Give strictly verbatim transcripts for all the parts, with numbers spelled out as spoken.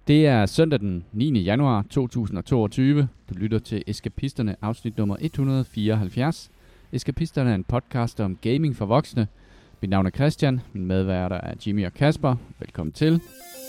Det er søndag den niende januar to tusind og toogtyve. Du lytter til Eskapisterne, afsnit nummer et hundrede og fireoghalvfjerds. Eskapisterne er en podcast om gaming for voksne. Mit navn er Christian, min medværter er Jimmy og Kasper. Velkommen til.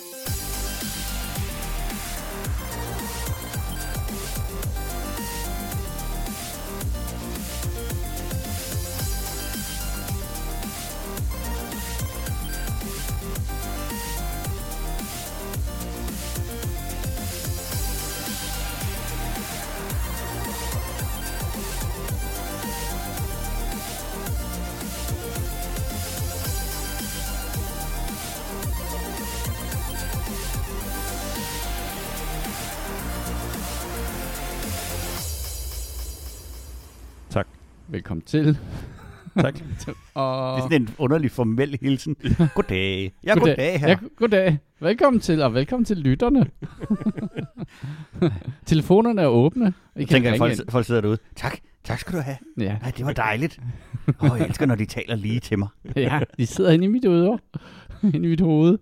Velkommen til. Tak. Og... Det er sådan en underlig formel hilsen. Goddag. Ja, goddag, goddag her. Ja, goddag. Velkommen til, og velkommen til lytterne. Telefonerne er åbne. I jeg tænker, at folk, folk sidder derude. Tak, tak skal du have. Ja. Nej, det var dejligt. Åh, oh, jeg elsker, når de taler lige til mig. Ja, de sidder inde i mit øre. Inde i mit hoved.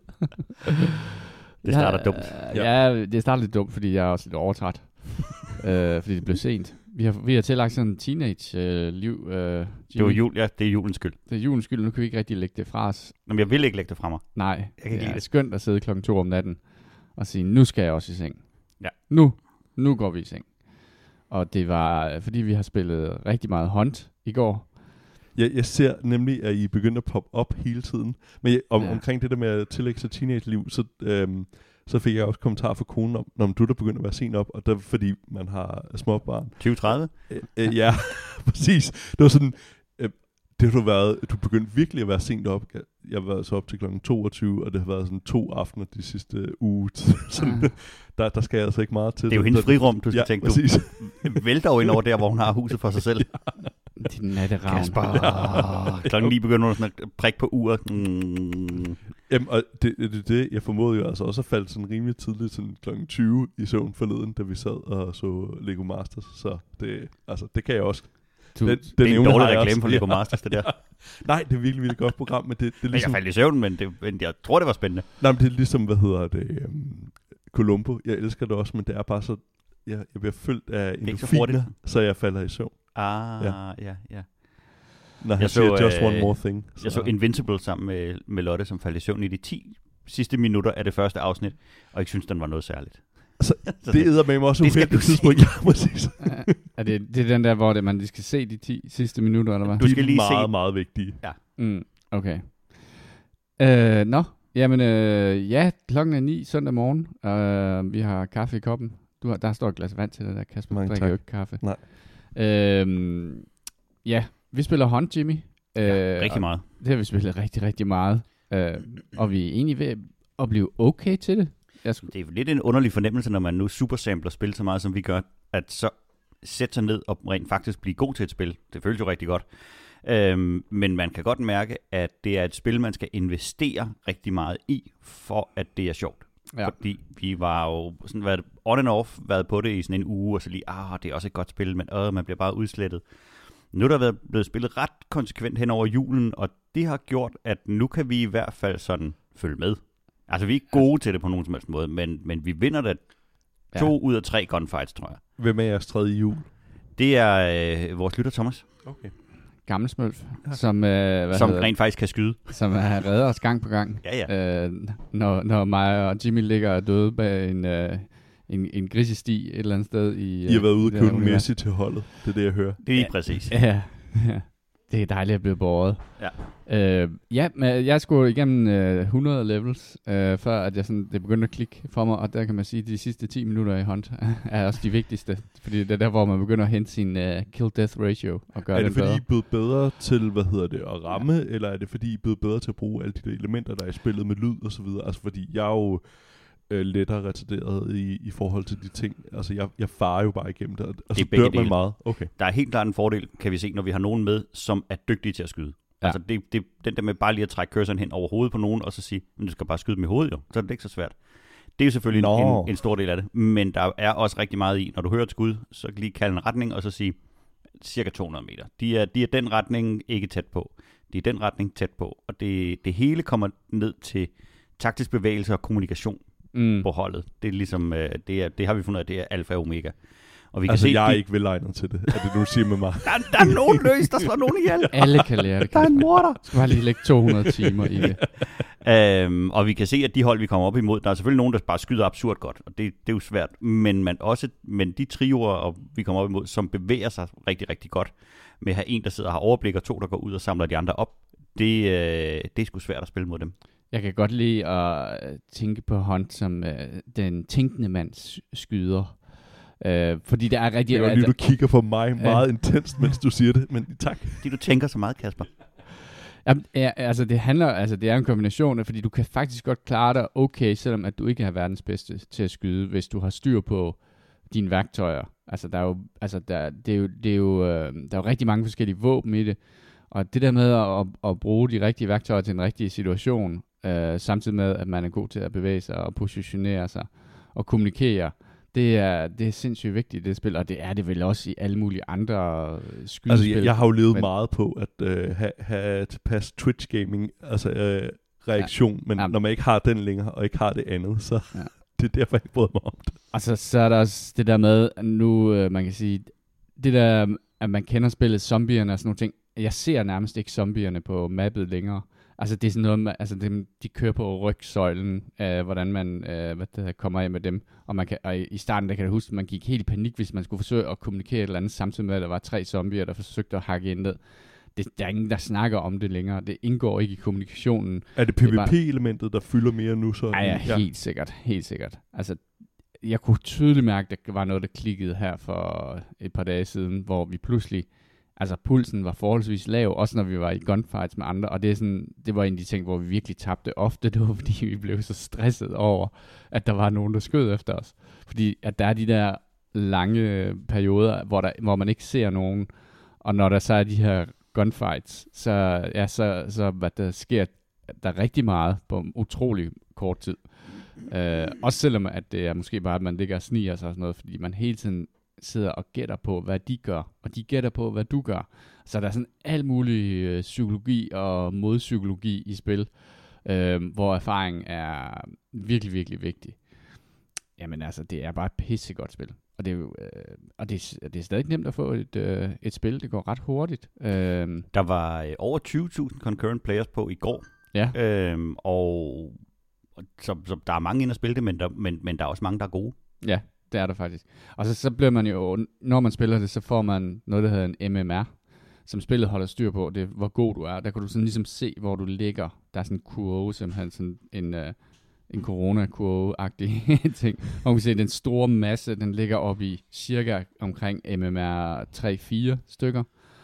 Det starter ja, dumt. Ja, det starter lidt dumt, fordi jeg er også lidt overtræt. øh, fordi det blev sent. Vi har, vi har tillagt sådan en teenage-liv. Øh, det var jul, ja, det er julens skyld. Det er julens skyld, nu kan vi ikke rigtig lægge det fra os. Jamen, jeg vil ikke lægge det fra mig. Nej, jeg kan det er det. skønt at sidde klokken to om natten og sige, nu skal jeg også i seng. Ja. Nu, nu går vi i seng. Og det var, fordi vi har spillet rigtig meget Hunt i går. Ja, jeg ser nemlig, at I begynder at poppe op hele tiden. Men jeg, om, ja. omkring det der med at tillægge sig teenage-liv, så... Øhm, så fik jeg også kommentar fra konen om, når du der begynder at være sent op, og der fordi man har småbarn. tyve tredive? Øh, øh, ja, præcis. Det var sådan, øh, det har du været, du begyndte virkelig at være sent op. Jeg har været så op til klokken toogtyve, og det har været sådan to aftener de sidste uge. sådan, ja. der, der skal jeg altså ikke meget til. Det er jo hendes frirum, du skal ja, tænke. Præcis. Du vælter jo ind over der, hvor hun har huset for sig selv. Din natteravn. Kasper. Klokken ni begynder hun sådan at prikke på uret. Mm. Jamen, og det, det, det, jeg formodede jo altså også at falde sådan rimelig tidligt, sådan klokken tyve i søvn forleden, da vi sad og så Lego Masters, så det, altså, det kan jeg også. Du, den, det er en dårlig reklame for Lego ja. Masters, det der. Nej, det er virkelig, virkelig godt program, men det, det er ligesom... Jeg faldt i søvn, men, det, men jeg tror, det var spændende. Nej, men det er ligesom, hvad hedder det, um, Columbo. Jeg elsker det også, men det er bare så, jeg, jeg bliver fyldt af endorfiner, så, så jeg falder i søvn. Ah, ja, ja. ja. Når jeg så, siger, just one more thing. Så. Jeg så Invincible sammen med, med Lotte, som faldt i søvn i de ti sidste minutter af det første afsnit, og ikke synes, den var noget særligt. Så, så det æder med mig også uheldigt tidspunkt. Ja, præcis. Er det, det er den der, hvor det, man skal se de ti sidste minutter, eller hvad? Du skal lige meget, se. meget, meget vigtige. Ja. Mm, okay. Øh, nå, jamen øh, ja, klokken er ni søndag morgen. Uh, vi har kaffe i koppen. Du har, der står et glas vand til dig der, Kasper. Mange drikker tak. jo ikke kaffe. Nej. Øh, ja, vi spiller Hunt, Jimmy. Ja, uh, rigtig meget. Det har vi spillet rigtig, rigtig meget. Uh, og vi er egentlig ved at blive okay til det. Det er lidt en underlig fornemmelse, når man nu supersampler spil så meget, som vi gør, at så sætte sig ned og rent faktisk blive god til et spil. Det føles jo rigtig godt. Øhm, men man kan godt mærke, at det er et spil, man skal investere rigtig meget i, for at det er sjovt. Ja. Fordi vi var jo sådan været on and off, været på det i sådan en uge, og så lige, ah, det er også et godt spil, men øh, man bliver bare udslettet. Nu er der været blevet spillet ret konsekvent hen over julen, og det har gjort, at nu kan vi i hvert fald sådan følge med. Altså, vi er ikke gode til det på nogen som helst måde, men, men vi vinder da to ja. ud af tre gunfights, tror jeg. Hvem er jeres tredje jul? Det er øh, vores lytter, Thomas. Okay. Gammelsmølf, ja. som, øh, hvad som hedder, rent faktisk kan skyde. Som er redder os gang på gang. Ja, ja. Øh, når, når mig og Jimmy ligger og døde bag en, øh, en, en grisesti et eller andet sted. I, I har været ude og købe Messi til holdet, det er det, jeg hører. Det er lige ja. præcis. Ja, ja. Det er dejligt at blive båret. Ja. Øh, ja, men jeg skulle igennem øh, hundrede levels, øh, før at jeg sådan, det begyndte at klikke for mig, og der kan man sige, at de sidste ti minutter i Hunt er også de vigtigste, fordi det er der, hvor man begynder at hente sin uh, kill-death ratio og gøre det bedre. Er det, fordi bedre. I er blevet bedre til, hvad hedder det, at ramme, ja. eller er det, fordi I er blevet bedre til at bruge alle de der elementer, der er i spillet med lyd og så videre? Altså, fordi jeg er jo øh, lettere retarderet i, i forhold til de ting. Altså, jeg, jeg farer jo bare igennem det, og det så dør man meget. Okay. Der er helt klart en fordel, kan vi se, når vi har nogen med, som er dygtige til at skyde. Ja. Altså, det, det, den der med bare lige at trække cursoren hen over hovedet på nogen, og så sige, men du skal bare skyde dem i hovedet, jo. Så er det ikke så svært. Det er jo selvfølgelig en, en stor del af det, men der er også rigtig meget i, når du hører et skud, så lige kalde en retning, og så sige, cirka to hundrede meter. De er, de er den retning ikke tæt på. De er den retning tæt på. Og det, det hele kommer ned til taktisk bevægelse og kommunikation. mm. på holdet. Det er ligesom, øh, det, er, det har vi fundet ud af, det er alfa og omega. Og vi kan altså, se, jeg er de... ikke velegnet til det. Er det, du siger med mig? der, der er nogen løs, der slår nogen ihjel. Alle kan lære det. Der er en morder. Du skal bare lige lægge to hundrede timer i det. Øhm, og vi kan se, at de hold, vi kommer op imod, der er selvfølgelig nogen, der bare skyder absurd godt, og det, det er jo svært. Men, man også, men de trioer, og vi kommer op imod, som bevæger sig rigtig, rigtig godt, med at have en, der sidder og har overblik, og to, der går ud og samler de andre op, det, øh, det er sgu svært at spille mod dem. Jeg kan godt lide at tænke på Hunt som øh, den tænkende mands skyder. Øh, fordi det er rigtig... Jeg kan lige, du kigger på mig meget øh, intenst, mens du siger det, men tak. Fordi du tænker så meget, Kasper. Jamen, ja, altså det handler, altså det er en kombination af, fordi du kan faktisk godt klare dig okay, selvom at du ikke er verdens bedste til at skyde, hvis du har styr på dine værktøjer. Altså der er jo, altså der, det er jo, det er jo, øh, der er jo rigtig mange forskellige våben i det, og det der med at, at, at bruge de rigtige værktøjer til en rigtig situation, øh, samtidig med at man er god til at bevæge sig og positionere sig og kommunikere. Det er, det er sindssygt vigtigt, det spil, og det er det vel også i alle mulige andre skydespil. Altså, jeg, jeg har jo levet men... meget på at øh, have, have tilpas Twitch-gaming, altså øh, reaktion, ja. men ja. når man ikke har den længere, og ikke har det andet, så ja. det er derfor, jeg ikke bryder mig om det. Og så, så er der også det der med, nu øh, man kan sige, det der, at man kender spillet, zombierne og sådan nogle ting, jeg ser nærmest ikke zombierne på mappet længere. Altså det er sådan noget med, altså dem, de kører på rygsøjlen, øh, hvordan man øh, hvad det, kommer af med dem. Og, man kan, og i, i starten, der kan jeg huske, at man gik helt i panik, hvis man skulle forsøge at kommunikere et eller andet, samtidig med, at der var tre zombier, der forsøgte at hakke ind ned. Det, der er ingen, der snakker om det længere. Det indgår ikke i kommunikationen. Er det PvP-elementet, der fylder mere nu? Så ja, ja, helt sikkert. Helt sikkert. Altså, jeg kunne tydeligt mærke, at der var noget, der klikkede her for et par dage siden, hvor vi pludselig... Altså, pulsen var forholdsvis lav, også når vi var i gunfights med andre, og det, er sådan, det var en af de ting, hvor vi virkelig tabte ofte. Det var, fordi vi blev så stresset over, at der var nogen, der skød efter os. Fordi at der er de der lange perioder, hvor, der, hvor man ikke ser nogen, og når der så er de her gunfights, så, ja, så, så hvad der sker der rigtig meget på en utrolig kort tid. Uh, også selvom at det er måske bare, at man ligger og sniger sig og sådan noget, fordi man hele tiden sidder og gætter på, hvad de gør, og de gætter på, hvad du gør. Så der er sådan alt mulig øh, psykologi og modpsykologi i spil, øh, hvor erfaring er virkelig, virkelig vigtig. Jamen altså, det er bare et pissegodt spil. Og det er jo, øh, og det er, det er stadig nemt at få et, øh, et spil, det går ret hurtigt. Øh, der var øh, over tyve tusind concurrent players på i går, ja. øh, og så, så der er mange inde at spille det, men der, men, men der er også mange, der er gode. Ja. Det er der faktisk. Og så, så bliver man jo, når man spiller det, så får man noget, der hedder en M M R, som spillet holder styr på, det er, hvor god du er. Der kan du sådan ligesom se, hvor du ligger. Der er sådan en kurve, simpelthen sådan en, uh, en corona-kurve-agtig ting. Og man kan se, at den store masse, den ligger oppe i cirka omkring M M R tre fire stykker.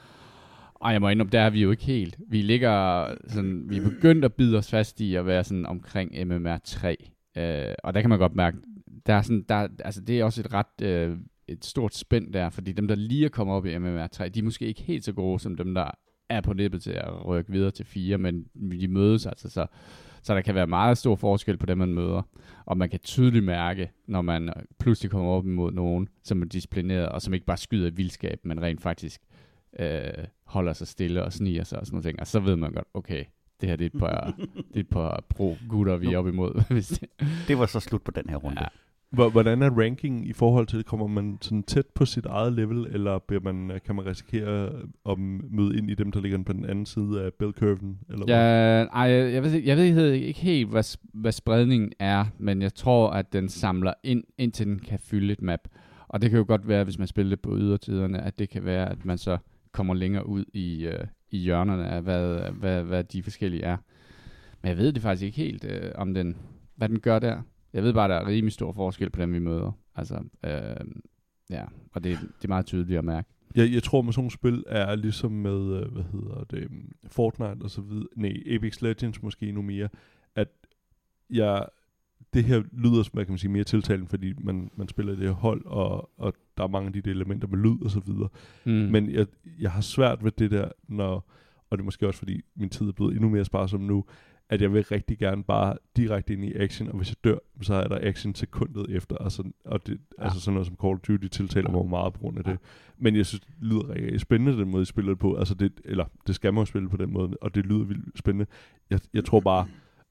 Og jeg må indrømme, der er vi jo ikke helt. Vi ligger sådan, vi er begyndt at bide os fast i at være sådan omkring M M R tre. Uh, og der kan man godt mærke, der er sådan, der, altså det er også et ret øh, et stort spænd der, fordi dem, der lige er kommet op i M M R tre, de er måske ikke helt så gode, som dem, der er på nippet til at rykke videre til fire, men de mødes altså, så, så der kan være meget stor forskel på dem, man møder, og man kan tydeligt mærke, når man pludselig kommer op imod nogen, som er disciplineret, og som ikke bare skyder i vildskab, men rent faktisk øh, holder sig stille og sniger sig og sådan noget ting, og så ved man godt, okay, det her det er et par, det er et par pro-gutter, vi er op imod. Hvis det. det var så slut på den her runde. Ja. Hvordan er rankingen i forhold til det? Kommer man sådan tæt på sit eget level, eller bliver man, kan man risikere at møde ind i dem, der ligger på den anden side af bell-curven? Eller ja, ej, jeg ved, jeg ved ikke helt, hvad, hvad spredningen er, men jeg tror, at den samler ind, indtil den kan fylde et map. Og det kan jo godt være, hvis man spiller det på ydertiderne, at det kan være, at man så kommer længere ud i, øh, i hjørnerne af, hvad, hvad, hvad de forskellige er. Men jeg ved det faktisk ikke helt, øh, om den, hvad den gør der. Jeg ved bare, der er rimelig stor forskel på dem, vi møder. Altså, øh, ja, og det, det er meget tydeligt at mærke. Jeg, jeg tror, med sådan nogle spil er ligesom med, hvad hedder det, Fortnite og så videre, nej, Apex Legends måske endnu mere, at jeg, det her lyder, som jeg kan sige, mere tiltalende, fordi man, man spiller det her hold, og, og der er mange af de der elementer med lyd og så videre. Mm. Men jeg, jeg har svært ved det der, når, og det er måske også, fordi min tid er blevet endnu mere sparsom nu, at jeg vil rigtig gerne bare direkte ind i action, og hvis jeg dør, så er der action sekundet efter, altså, og det, ja. altså sådan noget som Call of Duty tiltaler mig meget på grund af ja. det. Men jeg synes, det lyder rigtig spændende, den måde, I spiller det på, altså det, eller det skal man jo spille på den måde, og det lyder vildt spændende. Jeg, jeg tror bare,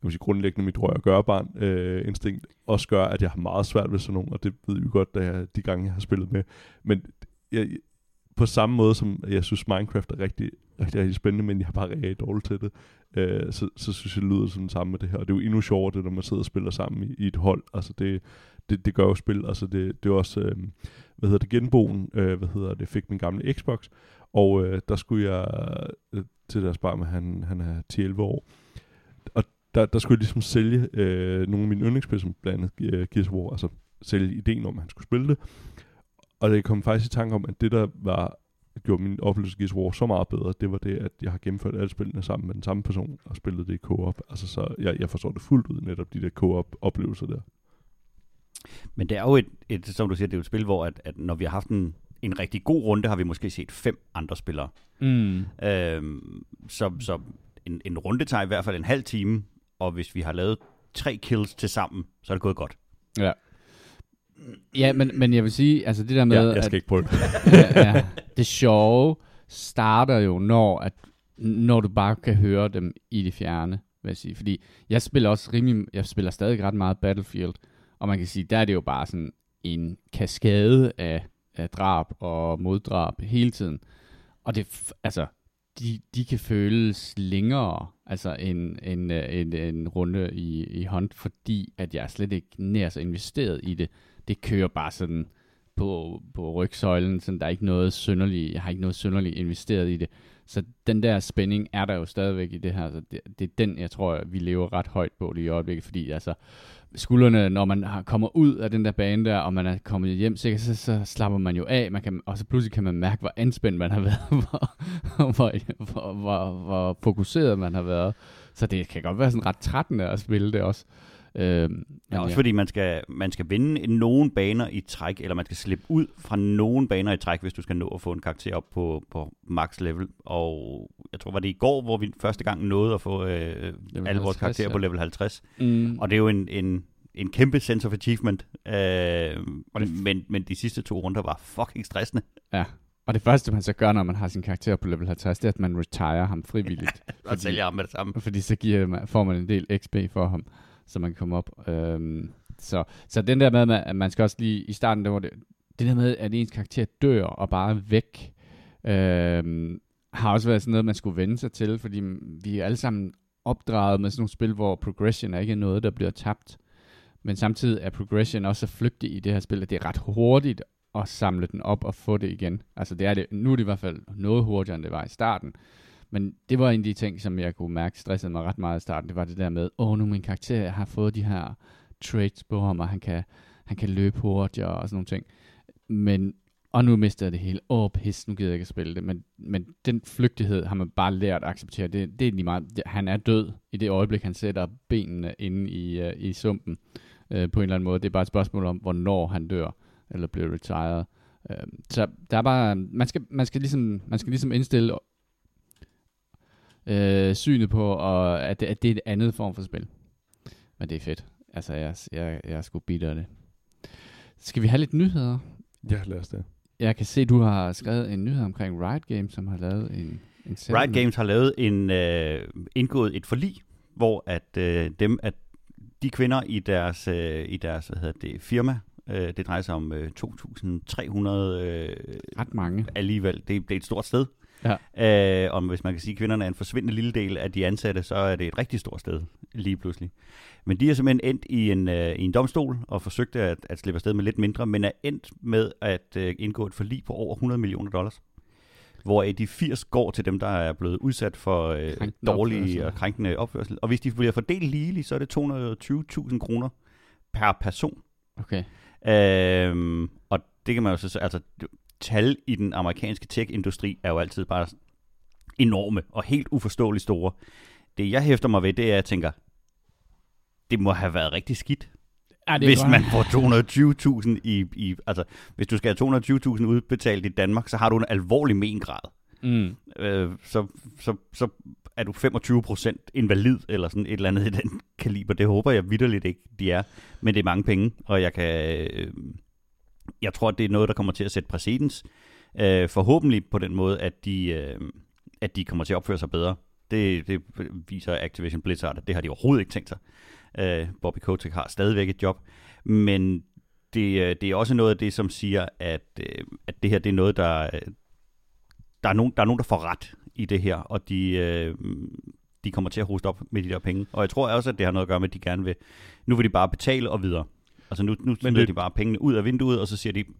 kan man sige, grundlæggende mit rør-gør-barn øh, instinkt, også gør, at jeg har meget svært ved sådan nogle, og det ved vi godt, da jeg, de gange, jeg har spillet med. Men jeg, på samme måde, som jeg synes, Minecraft er rigtig, rigtig, rigtig spændende, men jeg har bare rigtig dårligt til det, øh, så, så synes jeg, det lyder sådan samme med det her. Og det er jo endnu sjovere, det, når man sidder og spiller sammen i, i et hold. Altså det, det, det gør jo spil. Altså det, det er også, øh, hvad hedder det, genboen, øh, hvad hedder det, fik min gamle Xbox, og øh, der skulle jeg øh, til deres barn, med han, han er ti elleve år, og der, der skulle jeg ligesom sælge øh, nogle af mine yndlingsspil, som blandt andet uh, Gears of War, altså sælge ideen om, at han skulle spille det. Og det kom faktisk i tanke om, at det der var, gjorde min oplevelse af Gears of War så meget bedre, det var det, at jeg har gennemført alle spillene sammen med den samme person, og spillet det i co-op. Altså så jeg, jeg forstår det fuldt ud, netop de der co-op-oplevelser der. Men det er jo et, et, som du siger, det er jo et spil, hvor at, at når vi har haft en, en rigtig god runde, har vi måske set fem andre spillere. Mm. Øhm, så så en, en runde tager i hvert fald en halv time, og hvis vi har lavet tre kills til sammen, så er det gået godt. Ja. Ja, men, men jeg vil sige, altså det der med... Ja, jeg skal at, ikke prøve det. ja, ja, det sjove starter jo, når, at, når du bare kan høre dem i det fjerne, vil jeg sige. Fordi jeg spiller også rimelig... Jeg spiller stadig ret meget Battlefield, og man kan sige, der er det jo bare sådan en kaskade af, af drab og moddrab hele tiden. Og det, altså... De, de kan føles længere, altså en, en, en, en runde i, i Hunt, fordi at jeg er slet ikke nær så investeret i det. Det kører bare sådan på, på rygsøjlen, så der er ikke noget synderligt, jeg har ikke noget synderligt investeret i det. Så den der spænding er der jo stadigvæk i det her. Så det, det er den, jeg tror, vi lever ret højt på lige i øjeblikket, fordi altså skuldrene, når man har, kommer ud af den der bane der, og man er kommet hjem, så, så, så slapper man jo af, man kan, og så pludselig kan man mærke, hvor anspændt man har været, hvor, hvor, hvor, hvor, hvor fokuseret man har været. Så det kan godt være sådan ret trættende at spille det også. Øhm, ja, også ja. fordi man skal, man skal vinde nogle baner i træk, eller man skal slippe ud fra nogle baner i træk, hvis du skal nå at få en karakter op på, på max level. Og jeg tror, var det i går, hvor vi første gang nåede at få øh, alle vores karakterer ja. på level halvtreds. Mm. Og det er jo en, en, en kæmpe sense of achievement. Øh, men, men de sidste to runder var fucking stressende. Ja. Og det første, man så gør, når man har sin karakter på level halvtreds, det er, at man retire ham frivilligt. og fordi, sælger ham med det samme. Fordi så giver, får man en del X P for ham, så man kan komme op. Øhm, så, så den der med, at man skal også lige i starten, der var det, det der med, at ens karakter dør og bare er væk, øhm, har også været sådan noget, man skulle vende sig til, fordi vi er alle sammen opdraget med sådan nogle spil, hvor progression er ikke noget, der bliver tabt. Men samtidig er progression også så flygtig i det her spil, at det er ret hurtigt at samle den op og få det igen. Altså det er det, nu er det i hvert fald noget hurtigere, end det var i starten. Men det var en af de ting, som jeg kunne mærke stressede mig ret meget i starten. Det var det der med, åh, oh, nu min karakter har fået de her traits på ham, og han kan, han kan løbe hurtigere og sådan nogle ting. Men, og nu mister jeg det hele. Åh, oh, pis, nu gider jeg ikke at spille det. Men, men den flygtighed har man bare lært at acceptere. Det, det er lige meget. Det, han er død i det øjeblik, han sætter benene inde i, uh, i sumpen uh, på en eller anden måde. Det er bare et spørgsmål om, hvornår han dør eller bliver retired. Uh, så der er bare, man skal, man skal ligesom, man skal ligesom indstille Øh, synet på, og at det, at det er et andet form for spil. Men det er fedt. Altså, jeg, jeg, jeg er sgu bitter af det. Skal vi have lidt nyheder? Ja, lad os det. Jeg kan se, du har skrevet en nyhed omkring Riot Games, som har lavet en... en Riot Games har lavet en, øh, indgået et forlig, hvor at øh, dem, at de kvinder i deres, øh, i deres hvad hedder det, firma, øh, det drejer sig om øh, to tusind tre hundrede øh, ret mange alligevel. Det, det er et stort sted. Ja. Øh, og hvis man kan sige, at kvinderne er en forsvindende lille del af de ansatte, så er det et rigtig stort sted lige pludselig. Men de er simpelthen endt i en, øh, i en domstol og forsøgte at, at slippe afsted med lidt mindre, men er endt med at øh, indgå et forlig på over hundrede millioner dollars. Hvor de firs går til dem, der er blevet udsat for øh, dårlige og krænkende opførsel. Og hvis de bliver fordelt ligeligt, så er det to hundrede og tyve tusind kroner per person. Okay. Øh, og det kan man jo så... Altså, tal i den amerikanske tech-industri er jo altid bare enorme og helt uforståeligt store. Det jeg hæfter mig ved, det er, at jeg tænker, det må have været rigtig skidt, ja, hvis bare... man får to hundrede og tyve tusind i, i... Altså, hvis du skal have to hundrede og tyve tusind udbetalt i Danmark, så har du en alvorlig mengrad. Mm. Øh, så, så, så er du femogtyve procent invalid, eller sådan et eller andet i den kaliber. Det håber jeg vitterligt ikke, de er. Men det er mange penge, og jeg kan... Øh, Jeg tror, at det er noget, der kommer til at sætte præcedens. Øh, forhåbentlig på den måde, at de, øh, at de kommer til at opføre sig bedre. Det, det viser Activision Blizzard, at det har de overhovedet ikke tænkt sig. Uh, Bobby Kotick har stadigvæk et job, men det, det er også noget af det, som siger, at, at det her det er noget, der, der, er nogen, der er nogen, der får ret i det her, og de, de kommer til at hoste op med de der penge. Og jeg tror også, at det har noget at gøre med, at de gerne vil, nu vil de bare betale og videre. Altså nu, nu smider de bare pengene ud af vinduet, og så siger de,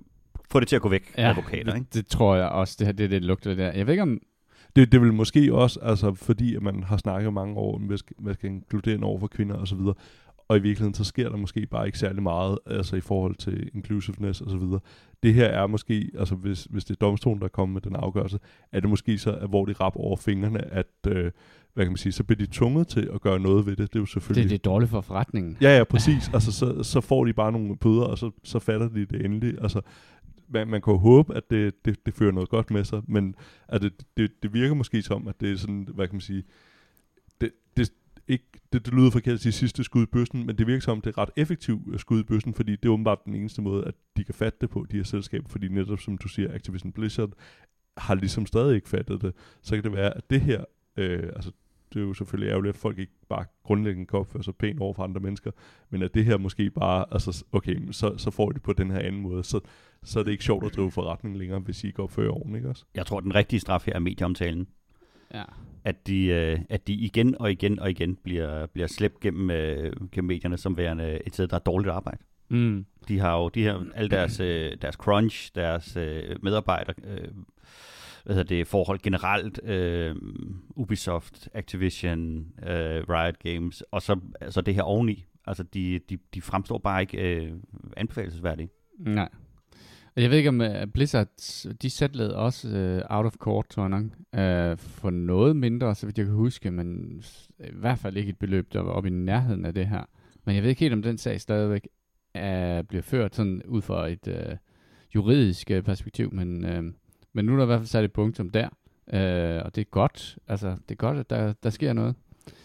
få det til at gå væk, ja, advokater. Ikke? Det, det tror jeg også, det her det, det lugter der. Jeg ved ikke om... Det, det vil måske også, altså fordi at man har snakket mange år om, hvad skal, hvad skal inkludere over for kvinder og så videre, og i virkeligheden så sker der måske bare ikke særlig meget, altså i forhold til inclusiveness og så videre. Det her er måske, altså hvis, hvis det er domstolen, der kommer med den afgørelse, er det måske så, at hvor de rap over fingrene, at, øh, hvad kan man sige, så bliver de tvunget til at gøre noget ved det. Det er jo selvfølgelig... Det, det er dårligt for forretningen. Ja, ja, præcis. altså så, så får de bare nogle bøder, og så, så fatter de det endelig. Altså, man, man kan jo håbe, at det, det, det fører noget godt med sig, men at det, det, det virker måske som, at det er sådan, hvad kan man sige, det, det, ikke, det, det lyder forkert at sige sidste skud i bøssen, men det virker som, det er ret effektivt skud i bøssen, fordi det er åbenbart den eneste måde, at de kan fatte det på, de her selskaber, fordi netop som du siger, Activision Blizzard har ligesom stadig ikke fattet det. Så kan det være, at det her, øh, altså det er jo selvfølgelig ærgerligt, at folk ikke bare grundlæggende kan opføre sig pænt over for andre mennesker, men at det her måske bare, altså okay, så, så får de på den her anden måde, så, så er det ikke sjovt at drive forretning længere, hvis I ikke opfører ordentligt, ikke også? Jeg tror, den rigtige straf her er medieomtalen. Ja. At de, øh, at de igen og igen og igen bliver, bliver slæbt gennem, øh, gennem medierne som værende et sted, der er dårligt arbejde. Mm. De har jo de her, alle deres, øh, deres crunch, deres øh, medarbejdere, øh, hvad hedder det, forhold generelt, øh, Ubisoft, Activision, øh, Riot Games, og så altså det her oveni. Altså, de, de, de fremstår bare ikke øh, anbefalelsesværdige. Nej. Jeg ved ikke, om uh, Blizzard, de settlede også uh, out of court, tror jeg nok, uh, for noget mindre, så vidt jeg kan huske, men i hvert fald ikke et beløb, der var oppe i nærheden af det her. Men jeg ved ikke helt, om den sag stadigvæk uh, bliver ført sådan ud fra et uh, juridisk uh, perspektiv, men, uh, men nu er der i hvert fald sat et punktum der, uh, og det er godt, altså det er godt, at der, der sker noget.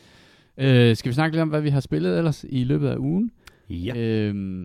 Uh, skal vi snakke lidt om, hvad vi har spillet ellers i løbet af ugen? Ja. Uh,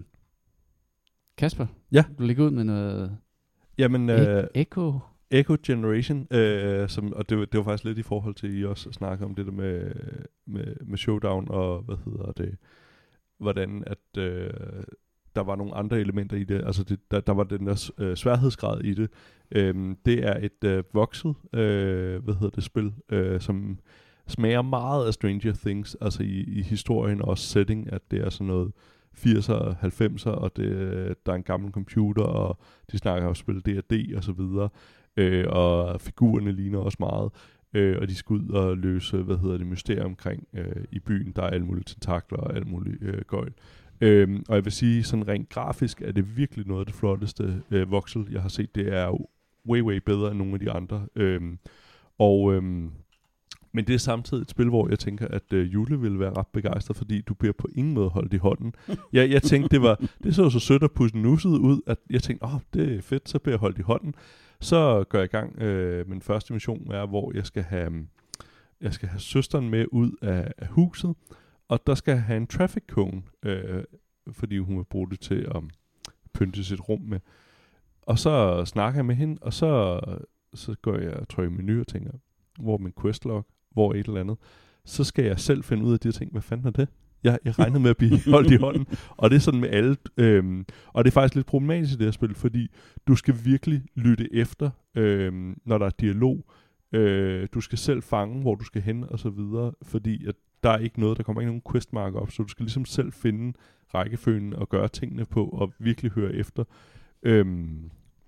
Kasper, ja. Du ligger ud med noget Jamen, e- øh, Echo. Echo Generation, øh, som, og det var, det var faktisk lidt i forhold til, at I også snakker om det der med, med, med Showdown, og hvad hedder det, hvordan at øh, der var nogle andre elementer i det, altså det, der, der var den der øh, sværhedsgrad i det. Øh, det er et øh, vokset, øh, hvad hedder det, spil, øh, som smager meget af Stranger Things, altså i, i historien og også setting, at det er sådan noget firser og halvfemser, og det, der er en gammel computer, og de snakker om at spille D og D og så videre, øh, og figurerne ligner også meget, øh, og de skal ud og løse, hvad hedder det, mysterier omkring øh, i byen, der er alle mulige tentakler og alle mulige øh, gøjl. Øh, og jeg vil sige, sådan rent grafisk er det virkelig noget af det flotteste øh, voxel, jeg har set. Det er way, way bedre end nogle af de andre. Øh, og øh, Men det er samtidig et spil, hvor jeg tænker, at uh, Jule ville være ret begejstret, fordi du bliver på ingen måde holdt i hånden. jeg, jeg tænkte, det var det så så sødt og pussenusset ud, at jeg tænkte, åh, oh, det er fedt, så bliver jeg holdt i hånden. Så går jeg i gang. Øh, min første mission er, hvor jeg skal have, jeg skal have søsteren med ud af, af huset, og der skal jeg have en traffic cone, øh, fordi hun vil bruge det til at pynte sit rum med. Og så snakker jeg med hende, og så, så går jeg og trykker menu og tænker, hvor er min questlog? Hvor et eller andet, så skal jeg selv finde ud af de her ting. Hvad fanden er det? Jeg, jeg regnede med at blive holdt i hånden. Og det er sådan med alle. Øhm, og det er faktisk lidt problematisk i det her spil, fordi du skal virkelig lytte efter, øhm, når der er dialog. Øh, du skal selv fange, hvor du skal hen og så videre, fordi at der er ikke noget, der kommer ikke nogen questmarker op, så du skal ligesom selv finde rækkefølgen og gøre tingene på, og virkelig høre efter. Øhm,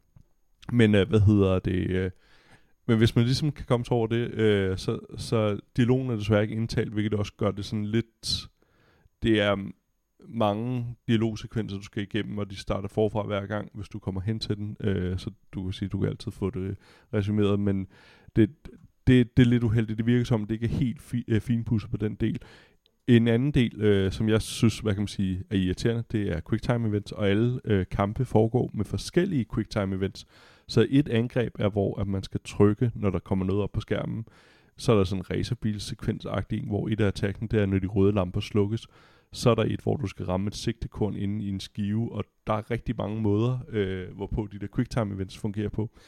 men øh, hvad hedder det... Øh, Men hvis man ligesom kan komme til over det, øh, så, så dialogen er desværre ikke indtalt, hvilket også gør det sådan lidt... Det er mange dialogsekvenser, du skal igennem, og de starter forfra hver gang, hvis du kommer hen til den. Øh, så du kan sige, at du kan altid få det resumeret, men det, det, det er lidt uheldigt. Det virker som, at det ikke er helt fi, øh, finpudset på den del. En anden del, øh, som jeg synes, hvad kan man sige, er irriterende, det er quicktime events, og alle øh, kampe foregår med forskellige quicktime events. Så et angreb er, hvor at man skal trykke, når der kommer noget op på skærmen. Så er der sådan en racerbilsekvensagtig, hvor et af attacken, det er, når de røde lamper slukkes. Så er der et, hvor du skal ramme et sigtekorn inde i en skive, og der er rigtig mange måder, øh, hvorpå de der quicktime events fungerer på.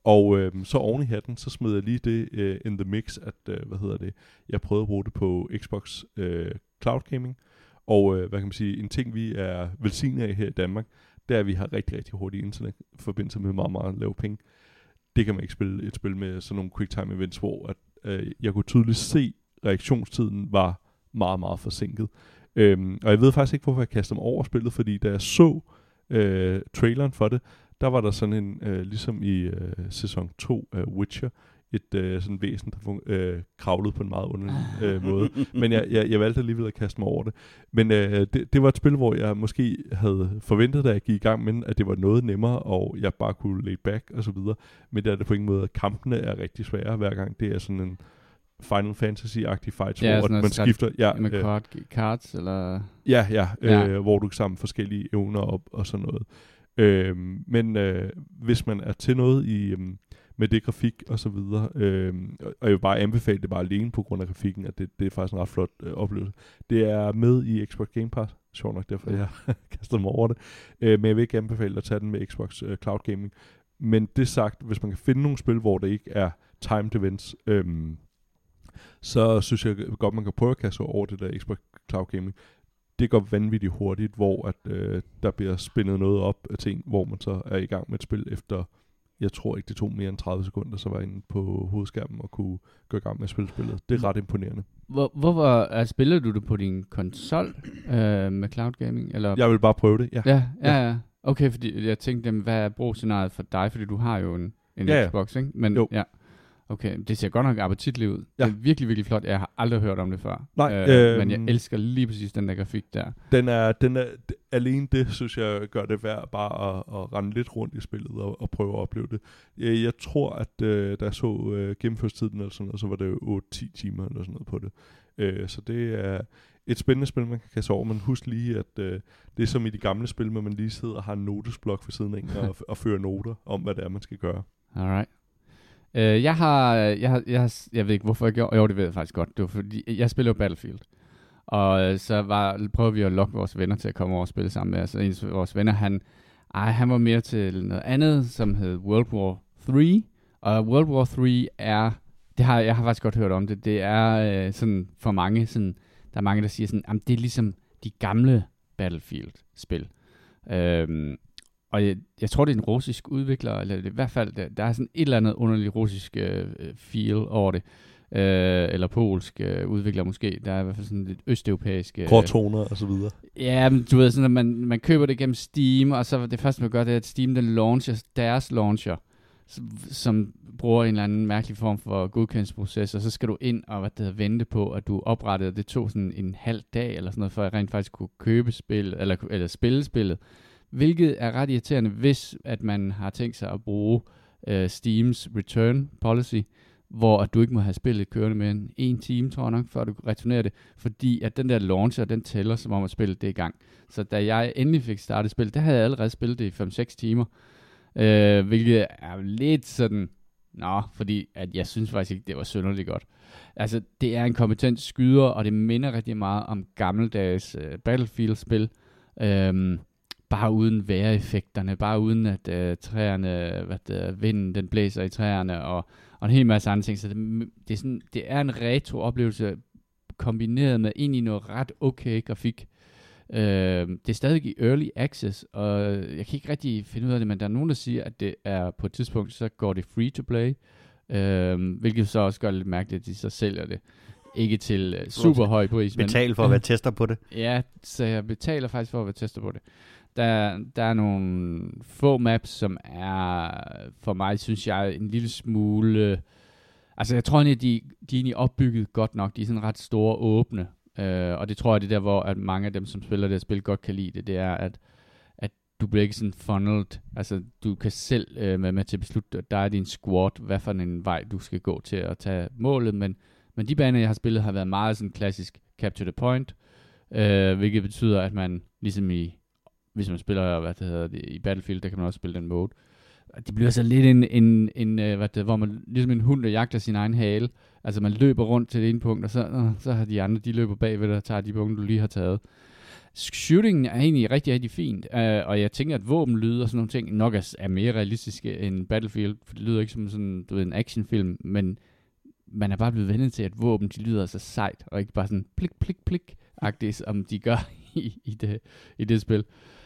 Og øh, så oven i hatten, så smed jeg lige det øh, in the mix, at, øh, hvad hedder det, jeg prøvede at bruge det på Xbox øh, Cloud Gaming. Og øh, hvad kan man sige, en ting vi er velsignet af her i Danmark, det er, at vi har rigtig, rigtig hurtig internetforbindelse med meget, meget lave penge. Det kan man ikke spille et spil med sådan nogle quicktime events, hvor at, øh, jeg kunne tydeligt se, at reaktionstiden var meget, meget forsinket. Øhm, og jeg ved faktisk ikke, hvorfor jeg kastede mig over spillet, fordi da jeg så øh, traileren for det, der var der sådan en, øh, ligesom i øh, sæson to af Witcher, et øh, sådan væsen, der fun- øh, kravlede på en meget underlig øh, måde. Men jeg, jeg, jeg valgte alligevel at kaste mig over det. Men øh, det, det var et spil, hvor jeg måske havde forventet, da jeg gik i gang med, at det var noget nemmere, og jeg bare kunne lay back og så videre. Men det er det på ingen måde, at kampene er rigtig svære hver gang. Det er sådan en Final Fantasy-agtig fight, ja, hvor man skifter. Ja, med øh, card, cards, eller... Ja, ja, øh, ja. hvor du kan samle forskellige evner op og sådan noget. Øh, men øh, hvis man er til noget i... Øh, med det grafik og så videre. Øhm, og jeg vil bare anbefale det bare alene på grund af grafikken, at det, det er faktisk en ret flot øh, oplevelse. Det er med i Xbox Game Pass, sjovt nok derfor jeg kaster mig over det. Øh, men jeg vil ikke anbefale at tage den med Xbox øh, Cloud Gaming. Men det sagt, hvis man kan finde nogle spil, hvor det ikke er timed events, øhm, så synes jeg godt, man kan prøve at kaste over det der Xbox Cloud Gaming. Det går vanvittigt hurtigt, hvor at, øh, der bliver spændet noget op af ting, hvor man så er i gang med et spil efter... Jeg tror ikke, det tog mere end tredive sekunder, så var jeg inde på hovedskærmen og kunne gå i gang med at spille spillet. Det er ret imponerende. Hvor, hvorfor altså, spiller du det på din konsol øh, med cloud gaming? Eller? Jeg vil bare prøve det, ja. Ja, ja, ja. Okay, fordi jeg tænkte, hvad er brugscenariet for dig? Fordi du har jo en, en ja, Xbox, ikke? Men, jo. Ja. Okay, det ser godt nok appetitligt ud. Ja. Det er virkelig, virkelig flot. Jeg har aldrig hørt om det før. Nej, øh, øh, men jeg elsker lige præcis den der grafik der. Den er, den er, d- alene det, synes jeg, gør det værd bare at, at rende lidt rundt i spillet og, og prøve at opleve det. Jeg, jeg tror, at øh, da jeg så øh, gennemførstiden eller sådan noget, så var det jo otte til ti timer eller sådan noget på det. Øh, så det er et spændende spil, man kan kaste over. Men husk lige, at øh, det er som i de gamle spil, hvor man lige sidder og har en notesblok for siden af en og, og fører noter om, hvad det er, man skal gøre. Alright. Uh, jeg har, jeg har, jeg har, jeg ved ikke hvorfor jeg gjorde, jo det ved jeg faktisk godt, det var fordi, jeg spiller jo Battlefield, og uh, så var, prøvede vi at lokke vores venner til at komme over og spille sammen med os, og en af vores venner, han, ej, han var mere til noget andet, som hed World War tre, og World War tre er, det har, jeg har faktisk godt hørt om det, det er uh, sådan for mange, sådan, der er mange, der siger sådan, jamen det er ligesom de gamle Battlefield-spil. Uh, Og jeg, jeg tror, det er en russisk udvikler, eller i hvert fald, der, der er sådan et eller andet underligt russisk øh, feel over det. Øh, eller polsk øh, udvikler måske. Der er i hvert fald sådan lidt østeuropæisk... Øh, Gråtoner og så videre. Ja, men du ved, sådan, at man, man køber det gennem Steam, og så det første, man gør, det er, at Steam den launcher deres launcher, som, som bruger en eller anden mærkelig form for godkendelsesproces, og så skal du ind og hvad det hedder, vente på, at du oprettede. Det tog sådan en halv dag eller sådan noget, for at jeg rent faktisk kunne købe spil, eller, eller spille spillet. Hvilket er ret irriterende, hvis at man har tænkt sig at bruge øh, Steams return policy, hvor at du ikke må have spillet kørende mere end en time, tror jeg nok, før du returnerer det, fordi at den der launcher, den tæller, som om at spillet det er i gang. Så da jeg endelig fik startet spillet, der havde jeg allerede spillet det i fem seks timer, øh, hvilket er lidt sådan, nå, fordi at jeg synes faktisk ikke, det var synderligt godt. Altså, det er en kompetent skyder, og det minder rigtig meget om gammeldags øh, Battlefield-spil, øh, bare uden vejreffekterne, bare uden at øh, træerne, hvad det, vinden den blæser i træerne, og, og en hel masse andre ting. Så det, det, er, sådan, det er en retro-oplevelse, kombineret med egentlig noget ret okay grafik. Øh, det er stadig i early access, og jeg kan ikke rigtig finde ud af det, men der er nogen, der siger, at det er på et tidspunkt, så går det free to play, øh, hvilket så også gør det lidt mærkeligt, at de så sælger det. Ikke til uh, super høj pris. Betale for at være tester på det. Ja, så jeg betaler faktisk for at være tester på det. Der, der er nogle få maps, som er, for mig, synes jeg, en lille smule... Altså, jeg tror egentlig, de, de er egentlig opbygget godt nok. De er sådan ret store åbne. Uh, og det tror jeg, det er der, hvor at mange af dem, som spiller det her spil, godt kan lide det. Det er, at, at du bliver ikke sådan funneled. Altså, du kan selv uh, være med til at beslutte, at der er din squad, hvad for en vej, du skal gå til at tage målet. Men, men de baner, jeg har spillet, har været meget sådan klassisk capture the point. Uh, hvilket betyder, at man ligesom i... Hvis man spiller, hvad det hedder, i Battlefield, der kan man også spille den mode. Det bliver så lidt en, en, en hvad det, hvor man, ligesom en hund, der jagter sin egen hale. Altså man løber rundt til det ene punkt, og så, øh, så har de andre, de løber bagved dig og tager de punkter, du lige har taget. Shootingen er egentlig rigtig, rigtig fint, uh, og jeg tænker, at våbenlyde og sådan nogle ting nok er, er mere realistiske end Battlefield, for det lyder ikke som sådan, du ved, en actionfilm, men man er bare blevet vendt til, at våben, de lyder så sejt, og ikke bare sådan plik, plik, plik-agtigt, som de gør i, i, det, i det spil.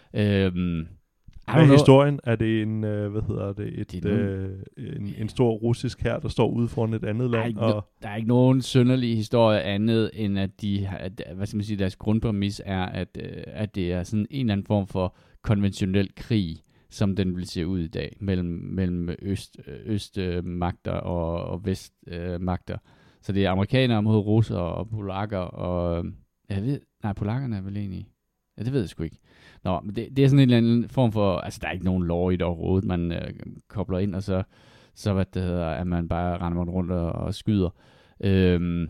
Um, Hvad er historien? Er det en, øh, hvad hedder det, et, det øh, en, en stor russisk hær, der står ude foran et andet land? Der er, og... no, der er ikke nogen synderlig historie andet, end at de, at, hvad skal man sige, deres grundpræmis er, at, at det er sådan en eller anden form for konventionel krig, som den vil se ud i dag, mellem, mellem øst, østmagter og, og vestmagter. Så det er amerikanere mod russere og polakker, og jeg ved, nej, polakkerne er vel egentlig, ja, det ved jeg sgu ikke. Nå, men det, det er sådan en eller anden form for, altså der er ikke nogen lore i det overhovedet, man øh, kobler ind, og så, så hvad det hedder, at man bare render rundt og, og skyder. Øhm,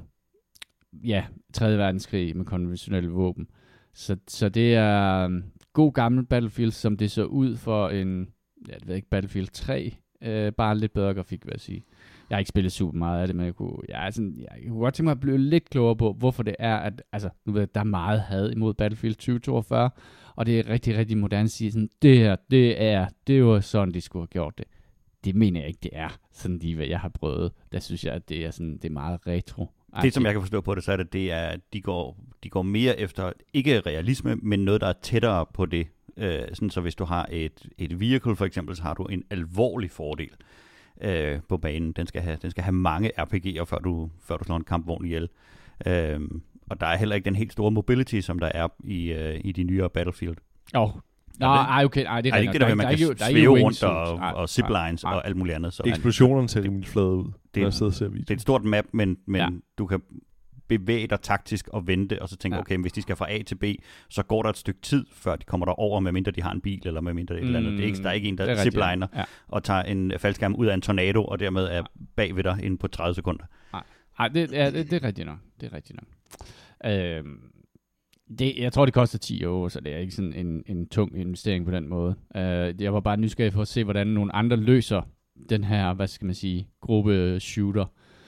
ja, tredje verdenskrig med konventionelle våben. Så, så det er um, god gammel Battlefield, som det så ud for en, jeg ved ikke, Battlefield tre, øh, bare lidt bedre grafik, vil jeg sige. Jeg har ikke spillet super meget af det, men jeg kunne, jeg, er sådan, jeg kunne godt tænke mig at blive lidt klogere på, hvorfor det er, at altså, nu ved jeg, der er meget had imod Battlefield tyve toogfyrre, og det er rigtig, rigtig moderne at sige sådan, det her, det er, det var sådan, de skulle have gjort det. Det mener jeg ikke, det er sådan lige, hvad jeg har prøvet. Der synes jeg, at det er, sådan, det er meget retro. Det, som jeg kan forstå på det, så er det, det er, at de går, de går mere efter, ikke realisme, men noget, der er tættere på det. Øh, sådan, så hvis du har et, et vehicle for eksempel, så har du en alvorlig fordel øh, på banen. Den skal have, den skal have mange R P G'er, før du, før du slår en kampvogn ihjel. Øh, og der er heller ikke den helt store mobility, som der er i, øh, i de nyere Battlefield. Åh, oh. Nej, okay, nej, det er ikke det der, der, man kan svæve rundt og, og ziplines og alt muligt andet. Så eksplosionerne ser rimelig flade ud, det, når jeg ser det er et stort map, men, men ja. du kan bevæge dig taktisk og vente, og så tænke, ja. okay, hvis de skal fra A til B, så går der et stykke tid, før de kommer derover, medmindre de har en bil, eller medmindre et mm, eller andet. Det er ikke, der er ikke en, der zipliner ja. og tager en faldskærm ud af en tornado, og dermed er bag ved dig inden på tredive sekunder. Nej, Nej det, ja, det, det er rigtigt nok. Det er rigtigt nok. Øhm. Det, jeg tror, det koster ti euro, så det er ikke sådan en, en tung investering på den måde. Uh, jeg var bare nysgerrig for at se, hvordan nogle andre løser den her, hvad skal man sige, gruppe shooter,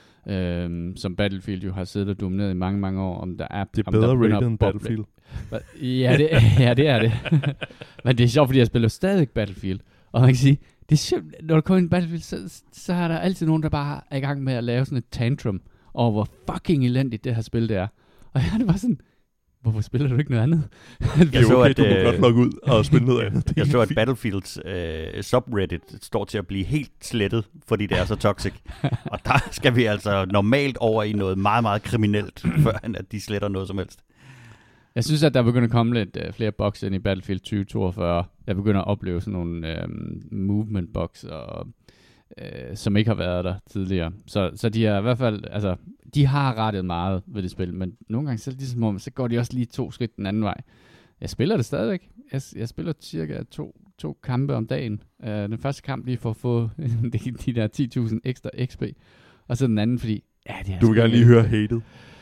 uh, som Battlefield jo har siddet og domineret i mange, mange år. Om der er, det er bedre rated end Battlefield. Ja, det, ja, det er det. Men det er sjovt, fordi jeg spiller stadig Battlefield. Og man kan sige, det er sjovt, når der kommer en Battlefield, så, så er der altid nogen, der bare er i gang med at lave sådan et tantrum over, hvor fucking elendigt det her spil det er. Og jeg er det bare sådan, hvorfor spiller du ikke noget andet? Jeg så, okay, at, du må øh, godt logge ud og spille noget andet. Jeg så, at Battlefields øh, subreddit står til at blive helt slettet, fordi det er så toxic. Og der skal vi altså normalt over i noget meget, meget kriminelt, før at de sletter noget som helst. Jeg synes, at der begynder at komme lidt uh, flere bugs ind i Battlefield tyve toogfyrre. Jeg begynder at opleve sådan nogle um, movement bugs, og, uh, som ikke har været der tidligere. Så, så de er i hvert fald, altså, de har rettet meget ved det spil, men nogle gange så, ligesom om, så går de også lige to skridt den anden vej. Jeg spiller det stadigvæk. Jeg, jeg spiller cirka to, to kampe om dagen. Uh, den første kamp lige for at få de, de der ti tusind ekstra X P, og så den anden, fordi... Ja, det er du vil gerne lige høre hated.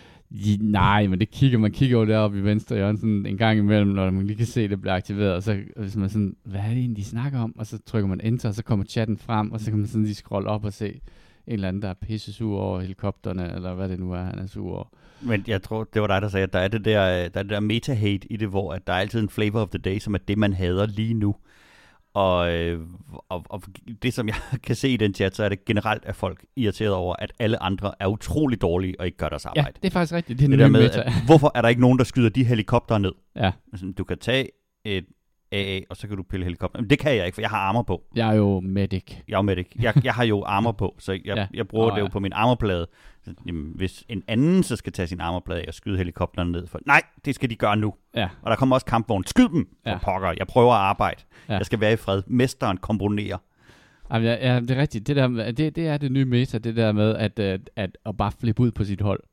Nej, men det kigger, man kigger over deroppe i venstre hjørne sådan en gang imellem, når man lige kan se, det bliver aktiveret, og så hvis man sådan, hvad er det egentlig, de snakker om? Og så trykker man enter, og så kommer chatten frem, og så kan man sådan lige scrolle op og se en eller anden, der er pisse sur over helikopterne, eller hvad det nu er, han er sur over. Men jeg tror, det var dig, der sagde, at der er det der, der, er det der meta-hate i det, hvor at der er altid en flavor of the day, som er det, man hader lige nu. Og, og, og det, som jeg kan se i den chat, så er det generelt, at folk irriteret over, at alle andre er utrolig dårlige og ikke gør deres arbejde. Ja, det er faktisk rigtigt. Det er det der med, at, hvorfor er der ikke nogen, der skyder de helikoptere ned? Ja. Altså, du kan tage et A A, og så kan du pille helikopter. Men det kan jeg ikke, for jeg har armor på. Jeg er jo medic. Jeg er jo medic. Jeg, jeg har jo armor på, så jeg, ja. jeg bruger oh, det jo ja. på min armorplade. Jamen, hvis en anden så skal tage sin armorplade og skyde helikopterne ned, for nej, det skal de gøre nu. Ja. Og der kommer også kampvogn. Skyd dem, for ja. pokker. Jeg prøver at arbejde. Ja. Jeg skal være i fred. Mesteren komponerer. Jamen, ja, ja, det er rigtigt. Det, der, det, det er det nye meta, det der med at, at, at, at bare flippe ud på sit hold.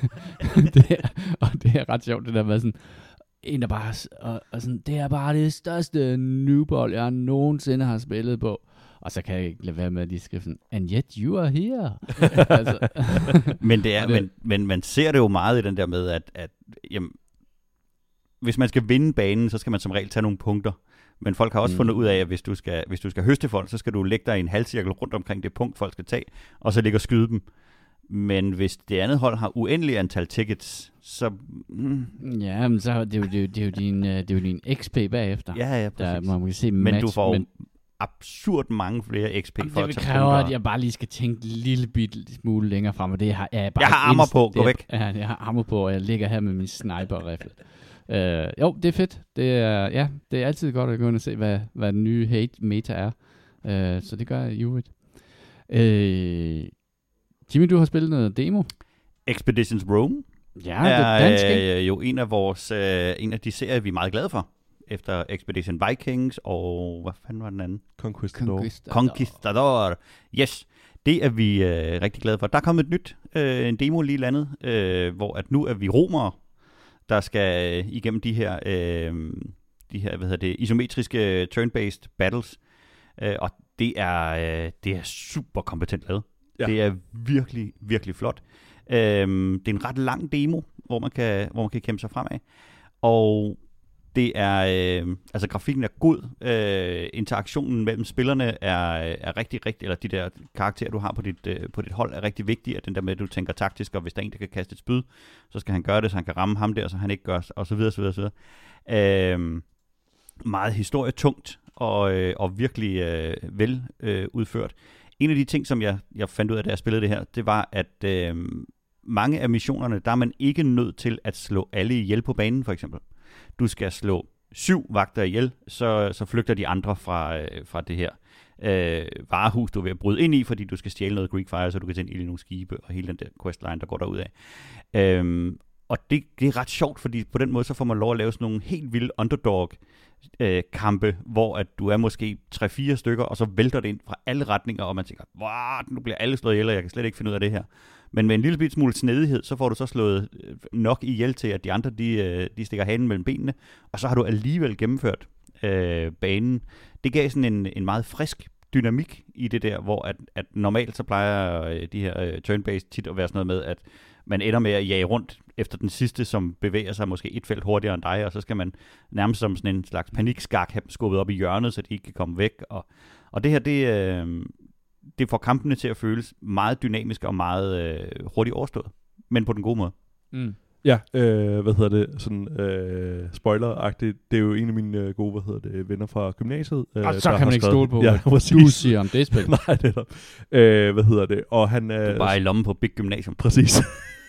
det er, og det er ret sjovt, det der med sådan, en der bare, og, og sådan, det er bare det største newball, jeg nogensinde har spillet på. Og så kan jeg ikke lade være med at lige skrive sådan, and yet you are here. altså. men, det er, det, men, men man ser det jo meget i den der med, at, at jamen, hvis man skal vinde banen, så skal man som regel tage nogle punkter. Men folk har også mm. fundet ud af, at hvis du, skal, hvis du skal høste folk, så skal du lægge dig i en halvcirkel rundt omkring det punkt, folk skal tage, og så ligge og skyde dem. Men hvis det andet hold har uendelig antal tickets, så... Mm. Ja, men så er det jo, det er jo, det er jo din, øh, det er jo din X P bagefter. Ja, ja, præcis. Der, man kan se men match, du får men absurd mange flere X P jamen, for det at tage kræver, punkter. at jeg bare lige skal tænke en lille bitte smule længere frem, og det har jeg bare Jeg har armor inst- på, gå det, væk. Ja, jeg har armor på, og jeg ligger her med min sniper-rifle. uh, jo, det er fedt. Det er, ja, det er altid godt at gå ind og se, hvad, hvad den nye hate meta er. Uh, så det gør jeg i øvrigt. Uh, Jimmy, du har spillet noget demo? Expeditions Rome Ja, det er dansk, ikke? er jo en af vores øh, en af de serier, vi er meget glade for. Efter Expedition Vikings og... Hvad fanden var den anden? Conquistador. Conquistador. Conquistador. Yes, det er vi øh, rigtig glade for. Der er kommet et nyt, øh, en demo lige landet, øh, hvor at nu er vi romere, der skal øh, igennem de her, øh, de her hvad hedder det, isometriske turn-based battles. Øh, og det er, øh, det er super kompetent lavet. Ja. Det er virkelig, virkelig flot. Øhm, det er en ret lang demo, hvor man kan, hvor man kan kæmpe sig fremad. Og det er, øh, altså grafikken er god. Øh, interaktionen mellem spillerne er, er rigtig, rigtig, eller de der karakterer, du har på dit, øh, på dit hold, er rigtig vigtige. At den der med, at du tænker taktisk, og hvis der er en, der kan kaste et spyd, så skal han gøre det, så han kan ramme ham der, så han ikke gør, og så videre, så videre, så videre. Øh, meget historietungt, og, øh, og virkelig øh, vel øh, udført. En af de ting, som jeg, jeg fandt ud af, da jeg spillede det her, det var, at øh, mange af missionerne, der er man ikke nødt til at slå alle ihjel på banen, for eksempel. Du skal slå syv vagter ihjel, så, så flygter de andre fra, øh, fra det her øh, varehus, du er ved at bryde ind i, fordi du skal stjæle noget Greek Fire, så du kan tænde ild i nogle skibe, og hele den der questline, der går derud af. Øh, og det, det er ret sjovt, fordi på den måde, så får man lov at lave sådan nogle helt vilde underdog Øh, kampe, hvor at du er måske tre fire stykker, og så vælter det ind fra alle retninger, og man tænker, wow, nu bliver alle slået ihjel, og jeg kan slet ikke finde ud af det her. Men med en lille smule snedighed, så får du så slået nok ihjel til, at de andre, de, de stikker hanen mellem benene, og så har du alligevel gennemført øh, banen. Det gav sådan en, en meget frisk dynamik i det der, hvor at, at normalt så plejer øh, de her øh, turn-based tit at være sådan noget med, at man ender med at jage rundt efter den sidste, som bevæger sig måske et felt hurtigere end dig, og så skal man nærmest som sådan en slags panikskak have dem skubbet op i hjørnet, så de ikke kan komme væk. Og, og det her, det, øh, det får kampene til at føles meget dynamisk og meget øh, hurtigt overstået, men på den gode måde. Mm. Ja, øh, hvad hedder det, sådan øh, spoiler-agtigt, det er jo en af mine øh, gode, hvad hedder det, venner fra gymnasiet. Øh, og så kan man ikke stole på, ja, hvad du siger om det spil. Nej, det er der. Øh, hvad hedder det, og han... Øh, du er bare i lommen på Big Gymnasium. Præcis.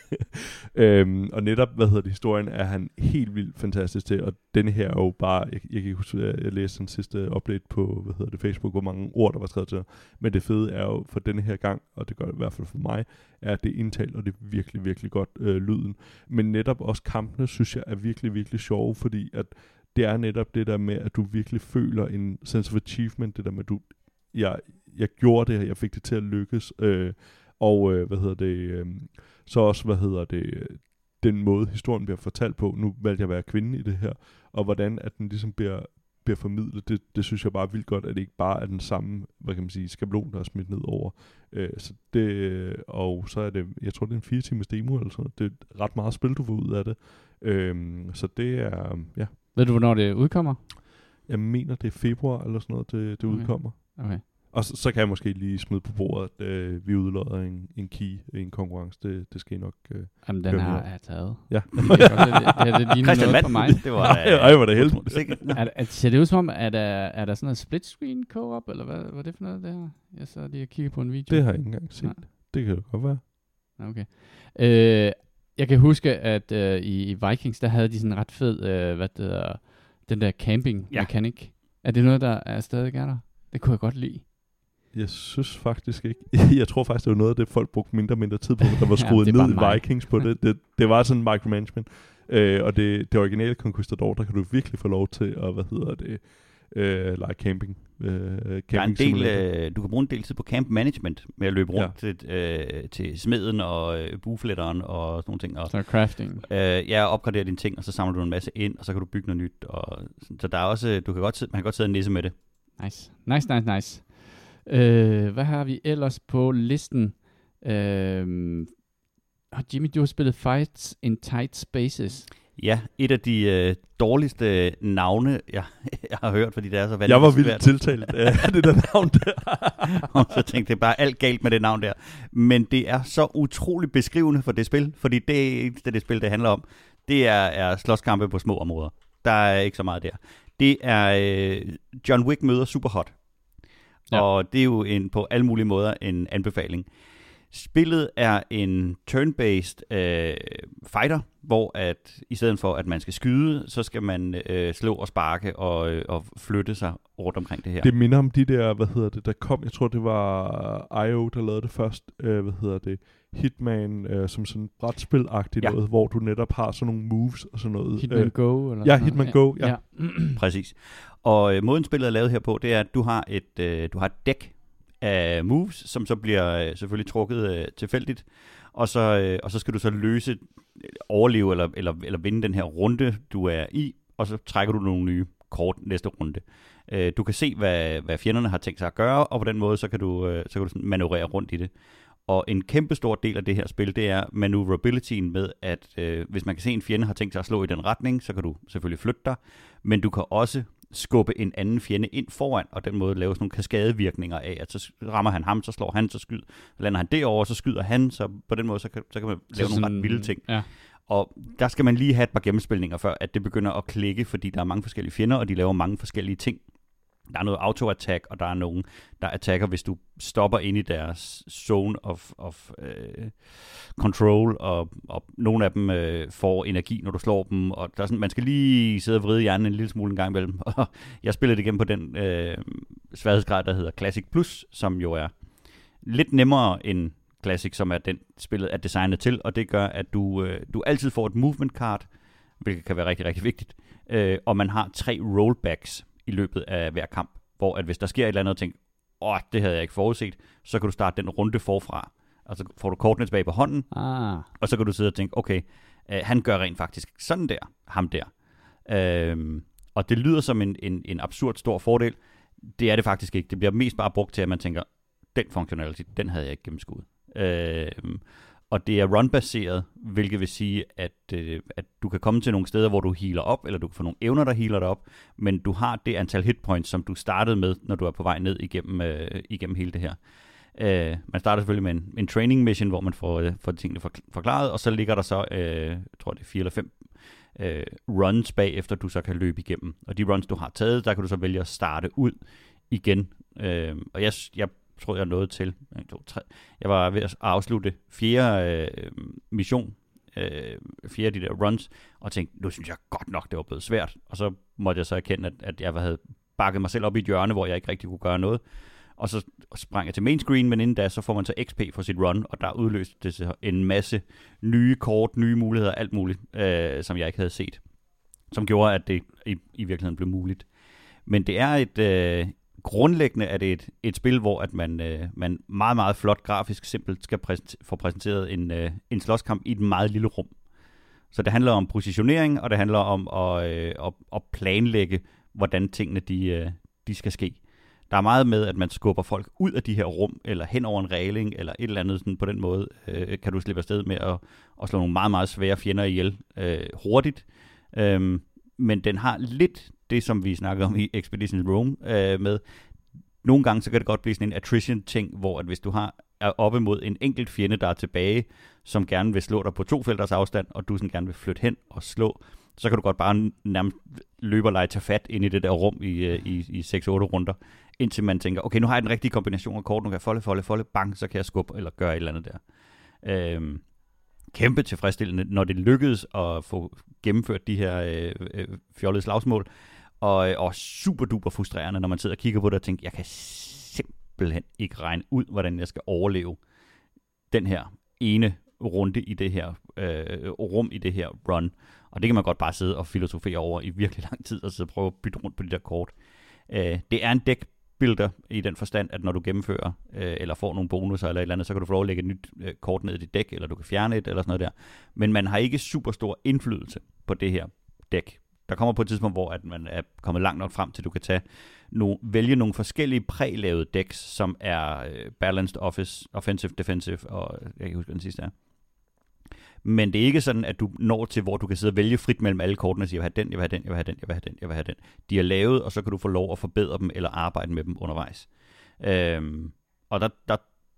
øhm, og netop, hvad hedder det, historien er han helt vildt fantastisk til, og denne her er jo bare, jeg, jeg kan ikke huske, at jeg læste den sidste update på, hvad hedder det, Facebook, hvor mange ord, der var skrevet til, men det fede er jo for denne her gang, og det gør det i hvert fald for mig, er, at det er indtalt, og det er virkelig, virkelig godt øh, lyden. Men netop også kampene, synes jeg, er virkelig, virkelig sjove, fordi at det er netop det der med, at du virkelig føler en sense of achievement, det der med, at du, jeg, jeg gjorde det her, jeg fik det til at lykkes, øh, og øh, hvad hedder det, øh, så også, hvad hedder det, den måde historien bliver fortalt på. Nu valgte jeg at være kvinde i det her, og hvordan at den ligesom bliver, bliver formidlet, det, det synes jeg bare er vildt godt, at det ikke bare er den samme, hvad kan man sige, skabelon, der er smidt ned over. Øh, så det, og så er det, jeg tror det er en fire timers demo eller sådan noget. Det er ret meget spil, du får ud af det. Øh, så det er, ja. Ved du, hvornår det udkommer? Jeg mener, det er februar eller sådan noget, det, det okay. udkommer. Okay. Og så, så kan jeg måske lige smide på bordet, at øh, vi udlodder en, en key i en konkurrence. Det, det skal I nok... Øh, Jamen, den har jeg taget. Ja. det, det, det, det ligner noget Mand. for mig. Det var, ej, ej, hvor det helst. er, er, ser det ud som, at der, er der sådan noget split screen co-op, eller hvad, hvad er det for noget, det her? Jeg så lige og kigger på en video. Det har jeg ikke engang set. Nej. Det kan det godt være. Okay. Øh, jeg kan huske, at øh, i, i Vikings, der havde de sådan en ret fed, øh, hvad det hedder, den der camping ja. mechanic. Er det noget, der er stadig er der? Det kunne jeg godt lide. Jeg synes faktisk ikke. Jeg tror faktisk, det var noget af det, folk brugte mindre og mindre tid på, der var skruet ja, ned i Vikings på det. det. Det var sådan micromanagement. Øh, og det, det originale Conquistador, der kan du virkelig få lov til at, hvad hedder det, øh, lege camping. Øh, camping der er en del, øh, du kan bruge en del tid på camp management, med at løbe rundt ja. til, øh, til smeden og øh, bufletteren og sådan nogle ting. Og, så crafting. Øh, ja, opgradere dine ting, og så samler du en masse ind, og så kan du bygge noget nyt. Og, så der er også, du kan godt, man kan godt sidde og nisse med det. Nice, nice, nice, nice. Øh, hvad har vi ellers på listen? Øh, Jimmy, du har spillet Fights in Tight Spaces. Ja, et af de øh, dårligste navne, jeg, jeg har hørt, fordi det er så vanvittigt. Jeg var vildt tiltalt af det der navn der. Og så tænkte jeg, det er bare alt galt med det navn der. Men det er så utroligt beskrivende for det spil, fordi det eneste det spil, det handler om, det er, er slåskampe på små områder. Der er ikke så meget der. Det er øh, John Wick møder Superhot. Ja. Og det er jo en, på alle mulige måder en anbefaling. Spillet er en turn-based øh, fighter, hvor at i stedet for at man skal skyde, så skal man øh, slå og sparke og, øh, og flytte sig rundt omkring det her. Det minder om de der, hvad hedder det, der kom, jeg tror det var I O, der lavede det først, øh, hvad hedder det, Hitman, øh, som sådan brætspil-agtigt ja. noget, hvor du netop har sådan nogle moves og sådan noget. Hitman øh, Go? Eller ja, Hitman ja. Go, ja. ja. Præcis. Og øh, måden spillet er lavet her på, det er, at du har et, øh, du har et dæk af moves, som så bliver øh, selvfølgelig trukket øh, tilfældigt, og så, øh, og så skal du så løse, overleve eller, eller, eller vinde den her runde, du er i, og så trækker du nogle nye kort næste runde. Øh, du kan se, hvad, hvad fjenderne har tænkt sig at gøre, og på den måde, så kan du, øh, så kan du sådan manøvrere rundt i det. Og en kæmpe stor del af det her spil, det er maneuverabilityen med, at øh, hvis man kan se, en fjende har tænkt sig at slå i den retning, så kan du selvfølgelig flytte dig, men du kan også skubbe en anden fjende ind foran, og den måde lave sådan nogle kaskadevirkninger af, at så rammer han ham, så slår han, så skyder, lander han derovre, så skyder han, så på den måde, så kan, så kan man lave så nogle sådan, ret vilde ting. Ja. Og der skal man lige have et par gennemspilninger, før at det begynder at klikke, fordi der er mange forskellige fjender, og de laver mange forskellige ting. Der er noget auto-attack, og der er nogen, der attacker, hvis du stopper ind i deres zone of, of uh, control, og, og nogle af dem uh, får energi, når du slår dem, og der er sådan, man skal lige sidde og vride hjernen en lille smule en gang imellem. Og jeg spillede det igennem på den uh, sværhedsgrad, der hedder Classic Plus, som jo er lidt nemmere end Classic, som er den spillet er designet til, og det gør, at du, uh, du altid får et movement card, hvilket kan være rigtig, rigtig vigtigt, uh, og man har tre rollbacks i løbet af hver kamp, hvor at hvis der sker et eller andet, og tænker, åh, det havde jeg ikke forudset, så kan du starte den runde forfra. Altså får du kortene tilbage på hånden, ah. og så kan du sidde og tænke, okay, øh, han gør rent faktisk sådan der, ham der. Øhm, og det lyder som en, en, en absurd stor fordel. Det er det faktisk ikke. Det bliver mest bare brugt til, at man tænker, den functionality, den havde jeg ikke gennemskuet. Øhm, Og det er run-baseret, hvilket vil sige, at, øh, at du kan komme til nogle steder, hvor du healer op, eller du kan få nogle evner, der healer dig op, men du har det antal hitpoints, som du startede med, når du er på vej ned igennem, øh, igennem hele det her. Øh, man starter selvfølgelig med en, en training mission, hvor man får, øh, får tingene forklaret, og så ligger der så, øh, jeg tror det er fire eller fem øh, runs bagefter, du så kan løbe igennem. Og de runs, du har taget, der kan du så vælge at starte ud igen. Øh, og jeg, jeg tror jeg nåede til. en, to, tre. Jeg var ved at afslutte fjerde øh, mission, øh, fjerde af de der runs, og tænkte, nu synes jeg godt nok, det var blevet svært. Og så måtte jeg så erkende, at, at jeg havde bakket mig selv op i et hjørne, hvor jeg ikke rigtig kunne gøre noget. Og så sprang jeg til main screen, men inden da, så får man så X P for sit run, og der udløste det så en masse nye kort, nye muligheder, alt muligt, øh, som jeg ikke havde set. Som gjorde, at det i, i virkeligheden blev muligt. Men det er et... Øh, Grundlæggende er det et, et spil, hvor at man, øh, man meget, meget flot grafisk simpelt skal præsent- få præsenteret en, øh, en slåskamp i et meget lille rum. Så det handler om positionering, og det handler om at, øh, at, at planlægge, hvordan tingene de, øh, de skal ske. Der er meget med, at man skubber folk ud af de her rum, eller hen over en regling, eller et eller andet sådan på den måde, øh, kan du slippe afsted med at, at slå nogle meget, meget svære fjender ihjel øh, hurtigt. Øh, men den har lidt det, som vi snakker om i Expedition Rome øh, med. Nogle gange, så kan det godt blive sådan en attrition-ting, hvor at hvis du har, er oppe mod en enkelt fjende, der er tilbage, som gerne vil slå dig på to felters afstand, og du sådan gerne vil flytte hen og slå, så kan du godt bare nærmest løbe og lege tage fat ind i det der rum i, i, i seks otte runder, indtil man tænker, okay, nu har jeg den rigtige kombination af kort, nu kan jeg folde, folde, folde, bang, så kan jeg skubbe eller gøre et eller andet der. Øhm, kæmpe tilfredsstillende, når det lykkedes at få gennemført de her øh, øh, fjollede slagsmål, og, og super duper frustrerende, når man sidder og kigger på det og tænker, jeg kan simpelthen ikke regne ud, hvordan jeg skal overleve den her ene runde i det her øh, rum i det her run. Og det kan man godt bare sidde og filosofere over i virkelig lang tid, og sidde og prøve at bytte rundt på de der kort. Øh, det er en deckbuilder i den forstand, at når du gennemfører, øh, eller får nogle bonusser eller et eller andet, så kan du få lov at lægge et nyt øh, kort ned i dit dæk, eller du kan fjerne et, eller sådan noget der. Men man har ikke super stor indflydelse på det her dæk. Der kommer på et tidspunkt, hvor at man er kommet langt nok frem til, at du kan tage no, vælge nogle forskellige prælavede decks, som er øh, balanced office, offensive, defensive, og jeg kan ikke huske, hvad den sidste er. Men det er ikke sådan, at du når til, hvor du kan sidde og vælge frit mellem alle kortene og sige, jeg vil have den, jeg vil have den, jeg vil have den, jeg vil have den, jeg vil have den. De er lavet, og så kan du få lov at forbedre dem eller arbejde med dem undervejs. Øhm, og der, der,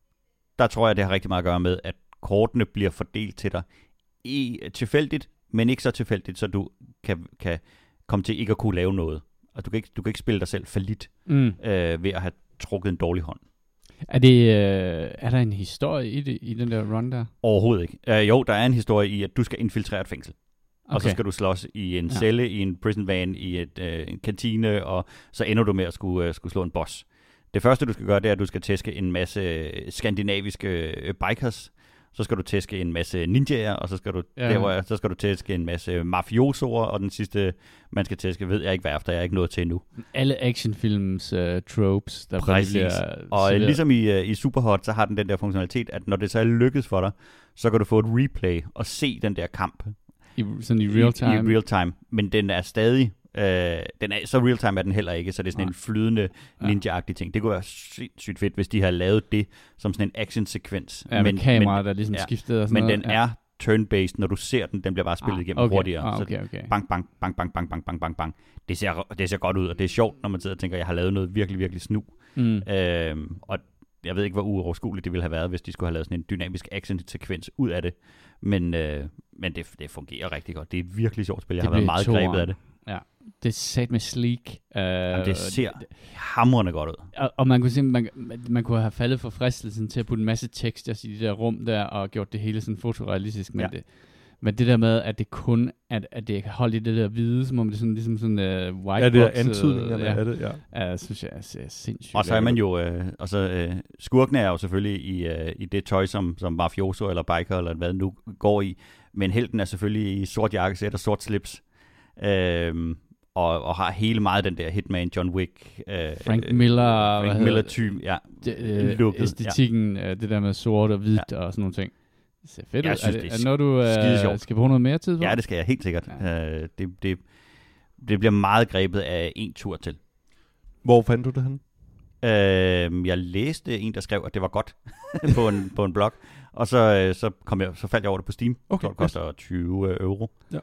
der tror jeg, det har rigtig meget at gøre med, at kortene bliver fordelt til dig i tilfældigt, men ikke så tilfældigt, så du kan, kan komme til ikke at kunne lave noget. Og du kan ikke, du kan ikke spille dig selv fallit mm. øh, ved at have trukket en dårlig hånd. Er, det, øh, er der en historie i, det, i den der run der? Overhovedet ikke. Uh, jo, der er en historie i, at du skal infiltrere et fængsel. Okay. Og så skal du slås i en ja. celle, i en prison van, i et, øh, en kantine, og så ender du med at skulle, øh, skulle slå en boss. Det første, du skal gøre, det er, at du skal tæske en masse skandinaviske øh, bikers. Så skal du tæske en masse ninjaer, og så skal du, ja. der, så skal du tæske en masse mafiosoer, og den sidste, man skal tæske, ved jeg ikke hvad efter, jeg er ikke nået til endnu. Alle actionfilms uh, tropes, der præcis. Bliver og serveret. Ligesom i, uh, i Superhot, så har den den der funktionalitet, at når det så er lykkes for dig, så kan du få et replay og se den der kamp. I, sådan i real time? I, i real time, men den er stadig... Øh, den er, så real time er den heller ikke, så det er sådan Nej. en flydende ninja-agtig ting. Det kunne være sindssygt fedt, hvis de havde lavet det som sådan en action-sekvens. Ja, men, med kameraet, der ligesom ja, skiftede og sådan men noget. den ja. er turn-based, når du ser den, den bliver bare spillet ah, igennem okay, hurtigere. ah, okay, okay. Så bang, bang, bang, bang, bang, bang, bang, bang, bang. Det ser, det ser godt ud, og det er sjovt, når man sidder og tænker, jeg har lavet noget virkelig, virkelig snu. Mm. Øhm, og jeg ved ikke, hvor uoverskueligt det ville have været, hvis de skulle have lavet sådan en dynamisk action-sekvens ud af det. Men, øh, men det, det fungerer rigtig godt. Det er et virkelig sjovt spil. Jeg det har været meget grebet af det. Ja, det er sat med sleek. Uh, Jamen, det ser hamrende godt ud. Og, og man kunne simpelthen, man, man kunne have faldet for fristelsen til at putte en masse tekster i de der rum der, og gjort det hele sådan fotorealistisk. Men, ja. det, men det der med, at det kun at, at det kan holde i det der hvide, som om det er sådan, ligesom sådan uh, white box. Ja, det er antydningerne ja. af det, ja. Ja, jeg synes, jeg er, er sindssygt. Og så er man jo, øh, og så øh, skurkene er jo selvfølgelig i, øh, i det tøj, som, som mafioso eller biker, eller hvad nu går i. Men helten er selvfølgelig i sort jakkesæt og sort slips. Øhm, og, og har hele meget den der Hitman, John Wick, øh, Frank Miller, Frank Miller type, ja, det, øh, lukket, æstetikken, ja. Det der med sort og hvidt ja. og sådan nogle ting. Det ser fedt ud. Er det, det er noget, du øh, skal bruge noget mere tid på? Ja, det skal jeg helt sikkert. Ja. Øh, det, det, det bliver meget grebet af en tur til. Hvor fandt du det hen? Øh, jeg læste en, der skrev, at det var godt på, en, på en blog, og så, så, kom jeg, så faldt jeg over det på Steam. Okay, det koster yes. tyve euro. Ja.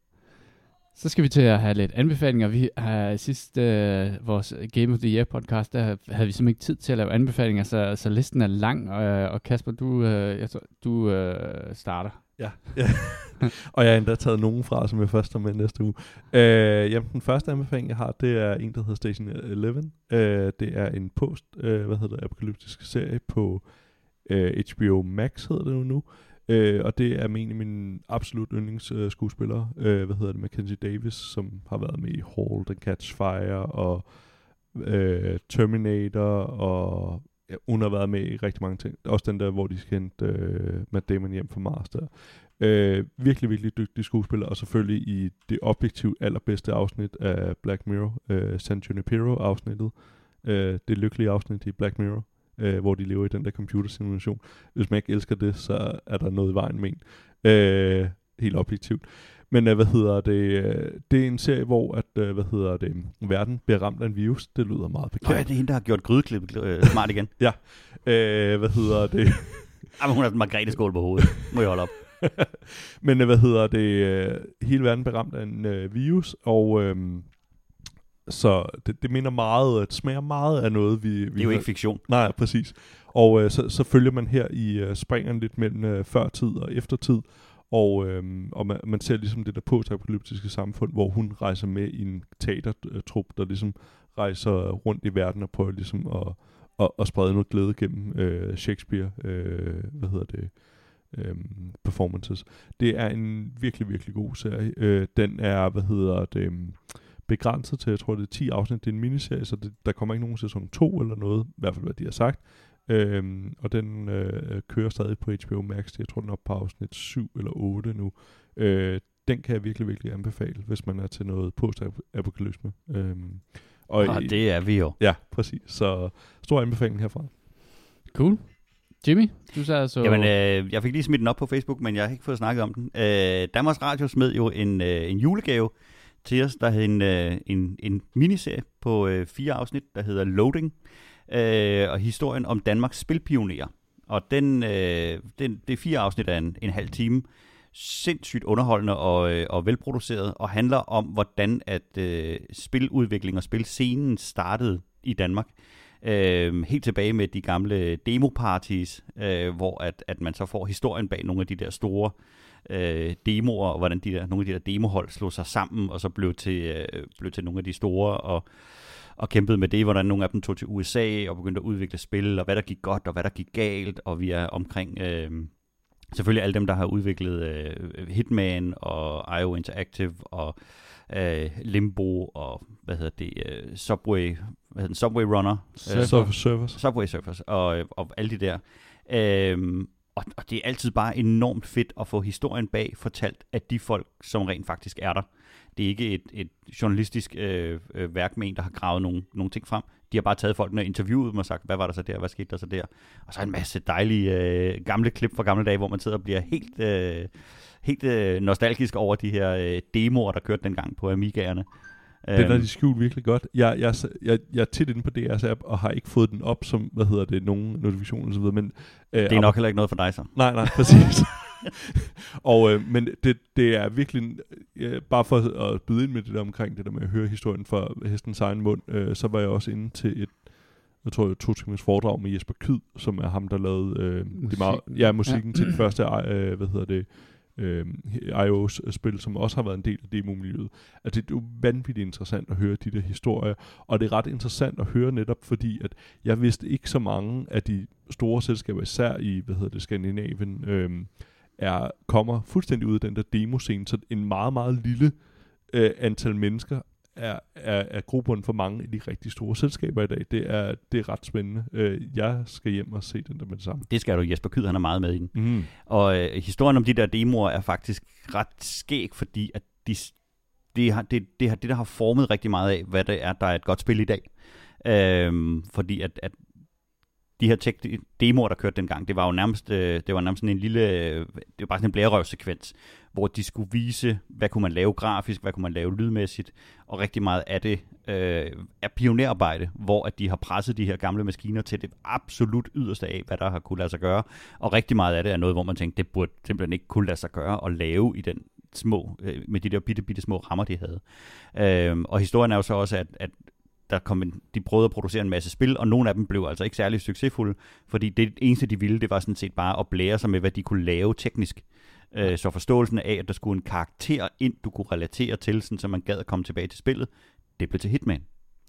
Så skal vi til at have lidt anbefalinger. Vi har sidst øh, vores Game of the Year podcast, der havde vi simpelthen ikke tid til at lave anbefalinger, så, så listen er lang, og, og Kasper, du, øh, jeg tror, du øh, starter. Ja, ja. Og jeg har endda taget nogen fra, som jeg først har med næste uge. Øh, jamen, den første anbefaling, jeg har, det er en, der hedder Station elleve. Øh, det er en post, øh, hvad hedder det, apokalyptisk serie på øh, H B O Max, hedder det nu nu. Øh, og det er en af mine absolut yndlingsskuespillere, øh, hvad hedder det, Mackenzie Davis, som har været med i Halt and Catch Fire og øh, Terminator, og ja, hun har været med i rigtig mange ting. Også den der, hvor de skal hente øh, Matt Damon hjem fra Mars der. Øh, virkelig, virkelig dygtig skuespiller, og selvfølgelig i det objektivt allerbedste afsnit af Black Mirror, øh, San Junipero-afsnittet, øh, det lykkelige afsnit i Black Mirror. Øh, hvor de lever i den der computersimulation. Hvis man ikke elsker det, så er der noget i vejen med en. Øh, helt objektivt. Men øh, hvad hedder det? Øh, det er en serie, hvor at, øh, hvad hedder det, verden bliver ramt af en virus. Det lyder meget bekendt. Nå ja, det er hende, der har gjort grydeklippet øh, smart igen. Ja. Øh, hvad hedder det? Jamen, hun har Margrethe skål på hovedet. Må jeg holde op. Men øh, hvad hedder det? Øh, hele verden bliver ramt af en øh, virus, og... Øh, Så det, det minder meget, det smager meget af noget, vi... vi det er jo har, ikke fiktion. Nej, præcis. Og øh, så, så følger man her i øh, springeren lidt mellem øh, førtid og eftertid, og, øh, og man, man ser ligesom det der postapokalyptiske samfund, hvor hun rejser med i en teatertrup, der ligesom rejser rundt i verden og prøver ligesom at, at, at sprede noget glæde gennem øh, Shakespeare, øh, hvad hedder det, øh, performances. Det er en virkelig, virkelig god serie. Øh, den er, hvad hedder det... begrænset til, jeg tror det er ti afsnit, det er en miniserie, så det, der kommer ikke nogen sæson to eller noget, i hvert fald hvad de har sagt, øhm, og den øh, kører stadig på H B O Max, jeg tror den er oppe på afsnit syv eller otte nu. Øh, den kan jeg virkelig, virkelig anbefale, hvis man er til noget post-apokalypse. Øhm, og ah, det er vi jo. Ja, præcis, så stor anbefaling herfra. Cool. Jimmy, du sagde altså... Jamen, øh, jeg fik lige smidt den op på Facebook, men jeg har ikke fået snakket om den. Øh, Danmarks Radio smed jo en, øh, en julegave til os, der er en, øh, en, en miniserie på øh, fire afsnit, der hedder Loading, øh, og historien om Danmarks spilpionerer. Og den, øh, den, det er fire afsnit af en, en halv time, sindssygt underholdende og, øh, og velproduceret, og handler om, hvordan at øh, spiludvikling og spilscenen startede i Danmark. Øh, helt tilbage med de gamle demo-parties, øh, hvor at, at man så får historien bag nogle af de der store øh, demoer, og hvordan de der, nogle af de der demohold slog sig sammen, og så blev til, øh, blev til nogle af de store, og, og kæmpede med det, hvordan nogle af dem tog til U S A, og begyndte at udvikle spil, og hvad der gik godt, og hvad der gik galt, og vi er omkring... Øh, selvfølgelig alle dem, der har udviklet øh, Hitman, og I O Interactive, og øh, Limbo, og hvad hedder det, øh, Subway, hvad hedder den, Subway Runner, øh, Subway Surfers, Subway Surfers, og, og alle de der. Øhm, og, og det er altid bare enormt fedt at få historien bag fortalt af de folk, som rent faktisk er der. Det er ikke et, et journalistisk øh, øh, værk med en, der har gravet nogle, nogle ting frem. De har bare taget folkene og interviewet dem og sagt, hvad var der så der, hvad skete der så der? Og så en masse dejlige øh, gamle klip fra gamle dage, hvor man sidder og bliver helt, øh, helt øh, nostalgisk over de her øh, demoer, der kørte dengang på Amigaerne. Det der de skjult virkelig godt. Jeg, jeg, jeg, jeg er tit inde på D R's app, og har ikke fået den op som, hvad hedder det, nogen notifikationer og så videre. Men, øh, det er nok heller ikke noget for dig så. Nej, nej, præcis. og, øh, men det, det er virkelig, øh, bare for at byde ind med det der omkring det der med at høre historien fra hestens egen mund, øh, så var jeg også inde til et, jeg tror, to timers foredrag med Jesper Kyd, som er ham, der lavede øh, det meget, ja, musikken ja. til det første, øh, hvad hedder det, øh, iOS-spil, som også har været en del af demo-miljøet. Altså, det er jo vanvittigt interessant at høre de der historier, og det er ret interessant at høre netop, fordi at jeg vidste ikke så mange af de store selskaber, især i, hvad hedder det, Skandinavien, øh, er, kommer fuldstændig ud af den der demoscene, så en meget, meget lille øh, antal mennesker er, er, er grobund for mange af de rigtig store selskaber i dag. Det er, det er ret spændende. Øh, jeg skal hjem og se den der med det samme. Det skal du. Jesper Kyd, han er meget med i den. Mm. Og øh, historien om de der demoer er faktisk ret skæg, fordi at de, de har, det, det, har, det der har formet rigtig meget af, hvad det er, der er et godt spil i dag. Øh, fordi at, at de her tech-demoer, der kørte dengang, det var jo nærmest, øh, det var nærmest sådan en lille, øh, det var bare sådan en blærerøvsekvens, hvor de skulle vise, hvad kunne man lave grafisk, hvad kunne man lave lydmæssigt, og rigtig meget af det øh, er pionerarbejde, hvor at de har presset de her gamle maskiner til det absolut yderste af, hvad der har kunne lade sig gøre, og rigtig meget af det er noget, hvor man tænkte, det burde simpelthen ikke kunne lade sig gøre at lave i den små, øh, med de der bitte, bitte små rammer, de havde. Øh, og historien er jo så også, at, at der kom en, de prøvede at producere en masse spil, og nogle af dem blev altså ikke særlig succesfulde, fordi det eneste, de ville, det var sådan set bare at blære sig med, hvad de kunne lave teknisk. Øh, så forståelsen af, at der skulle en karakter ind, du kunne relatere til, sådan, så man gad at komme tilbage til spillet, det blev til Hitman.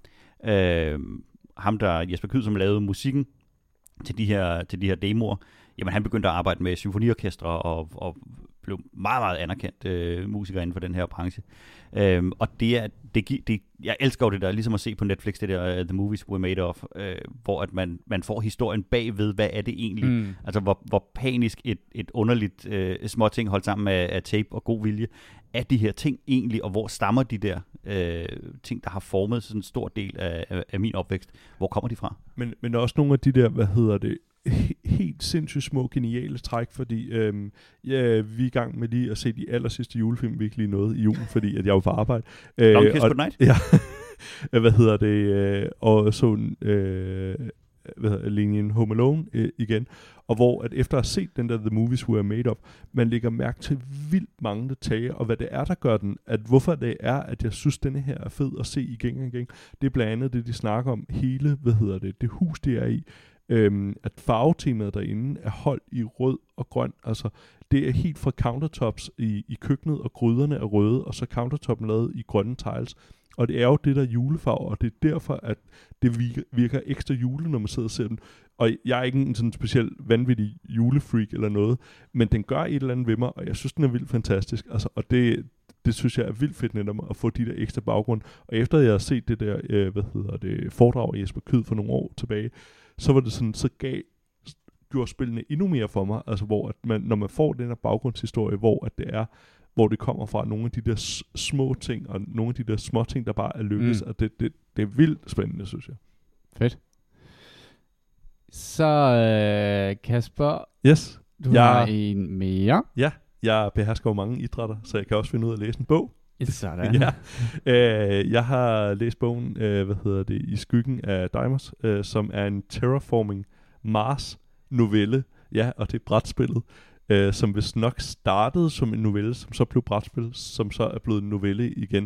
Øh, ham der, Jesper Kyd, som lavede musikken til de her, til de her demoer, jamen han begyndte at arbejde med symfoniorkestre og, og blev meget, meget anerkendt øh, musiker inden for den her branche. Øhm, og det er, det, det, jeg elsker jo det der, ligesom at se på Netflix, det der uh, The Movies Were Made Of, øh, hvor at man, man får historien bagved, hvad er det egentlig? Mm. Altså hvor, hvor panisk et, et underligt øh, småting holdt sammen af, af tape og god vilje, er de her ting egentlig, og hvor stammer de der øh, ting, der har formet sådan en stor del af, af, af min opvækst? Hvor kommer de fra? Men, men også nogle af de der, hvad hedder det, helt sindssygt små, geniale træk, fordi øhm, ja, vi er i gang med lige at se de aller sidste julefilm, vi ikke lige nåede i julen, fordi at jeg var på arbejde. Long Kiss Goodnight? Ja, hvad hedder det, øh, og så øh, hvad hedder linjen Home Alone øh, igen, og hvor at efter at have set den der The Movies Were Made Of, man lægger mærke til vildt mange detaljer, og hvad det er, der gør den, at hvorfor det er, at jeg synes, denne her er fed at se igen og igen, det er blandt andet det, de snakker om, hele, hvad hedder det, det hus, det er i, Øhm, at farvetemaet derinde er holdt i rød og grøn. Altså, det er helt fra countertops i, i køkkenet, og gryderne er røde, og så countertoppen lavet i grønne tiles. Og det er jo det der julefarve, og det er derfor, at det virker, virker ekstra jule, når man sidder og ser den. Og jeg er ikke en sådan speciel vanvittig julefreak eller noget, men den gør et eller andet ved mig, og jeg synes, den er vildt fantastisk. Altså, og det, det synes jeg er vildt fedt netop at få de der ekstra baggrund. Og efter jeg har set det der, øh, hvad hedder det, foredrag af Jesper Kyd for nogle år tilbage, så var det sådan, så gav, gjorde spillene endnu mere for mig, altså hvor at man, når man får den her baggrundshistorie, hvor at det er, hvor det kommer fra nogle af de der s- små ting, og nogle af de der små ting, der bare er lykkes, mm. og det, det, det er vildt spændende, synes jeg. Fedt. Så øh, Kasper, yes. du jeg, har en mere. Ja, jeg behersker jo mange idrætter, så jeg kan også finde ud af at læse en bog. Sådan. ja. øh, jeg har læst bogen, øh, hvad hedder det, I skyggen af Deimos, øh, som er en Terraforming Mars novelle, ja, og det er brætspillet. øh, som vist nok startede som en novelle, som så blev brætspil, som så er blevet en novelle igen.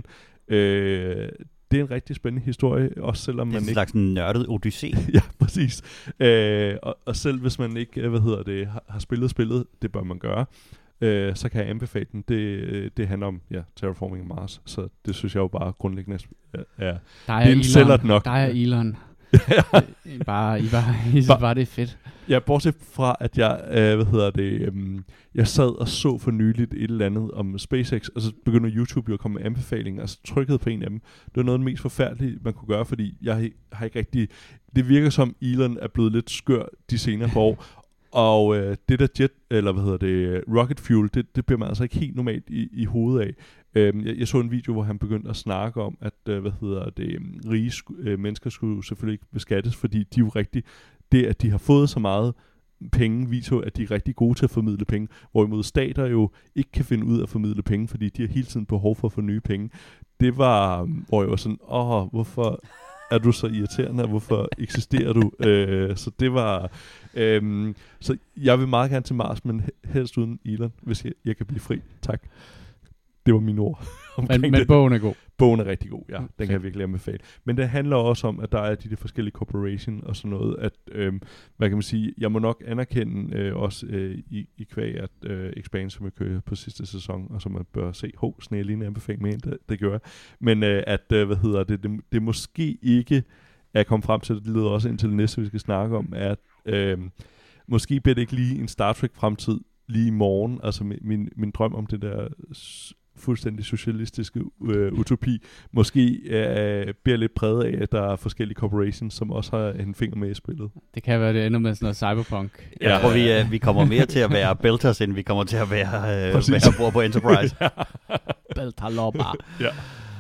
Øh, det er en rigtig spændende historie, også selvom man ikke... Det er en slags nørdet odyssé. Ja, præcis. Øh, og, og selv hvis man ikke, hvad hedder det, har, har spillet spillet, det bør man gøre, øh, så kan jeg anbefale den. Det, det handler om ja, Terraforming Mars, så det synes jeg jo bare grundlæggende er... er der er det sælger nok. Der er Elon. I bare, I bare, I synes bare, det er fedt. Ja, bortset fra, at jeg, øh, hvad hedder det, um, jeg sad og så for nyligt et eller andet om SpaceX, og så begynder YouTube jo at komme med anbefalinger, og så trykkede på en af dem. Det var noget af det mest forfærdelige, man kunne gøre, fordi jeg har ikke rigtig... Det virker som, Elon er blevet lidt skør de senere par år, og øh, det der jet, eller hvad hedder det, rocket fuel, det, det bliver man altså ikke helt normalt i, i hovedet af. Øhm, jeg, jeg så en video, hvor han begyndte at snakke om, at øh, hvad hedder det, rige øh, mennesker skulle selvfølgelig ikke beskattes, fordi de jo rigtig, det at de har fået så meget penge, viser jo, at de er rigtig gode til at formidle penge, hvorimod stater jo ikke kan finde ud af at formidle penge, fordi de har hele tiden behov for at få nye penge. Det var, hvor jeg var sådan, åh, hvorfor er du så irriterende, hvorfor eksisterer du? øh, så det var, øh, så jeg vil meget gerne til Mars, men helst uden Elon, hvis jeg, jeg kan blive fri. Tak. Det var mine ord. Men, men bogen er god. Bogen er rigtig god, ja. Den okay. kan jeg virkelig anbefale. Men det handler også om, at der er de der forskellige corporation og sådan noget, at, øhm, hvad kan man sige, jeg må nok anerkende øh, også øh, i, i kvæg, at øh, Expanse, som jeg kører på sidste sæson, og som man bør se, hov, sådan jeg lige en anbefaling med, det, det gør jeg. Men øh, at, øh, hvad hedder det, det, det måske ikke er kommet frem til, det leder også ind til det næste, vi skal snakke om, er, at øh, måske bliver det ikke lige en Star Trek fremtid lige i morgen, altså min, min, min drøm om det der fuldstændig socialistiske øh, utopi, måske øh, bliver lidt præget af, at der er forskellige corporations, som også har en finger med i spillet. Det kan være, det ender med sådan noget cyberpunk. Jeg ja. tror, vi, øh, vi kommer mere til at være Belters, end vi kommer til at være, øh, være bord på Enterprise. Ja. Belter lopper. Ja.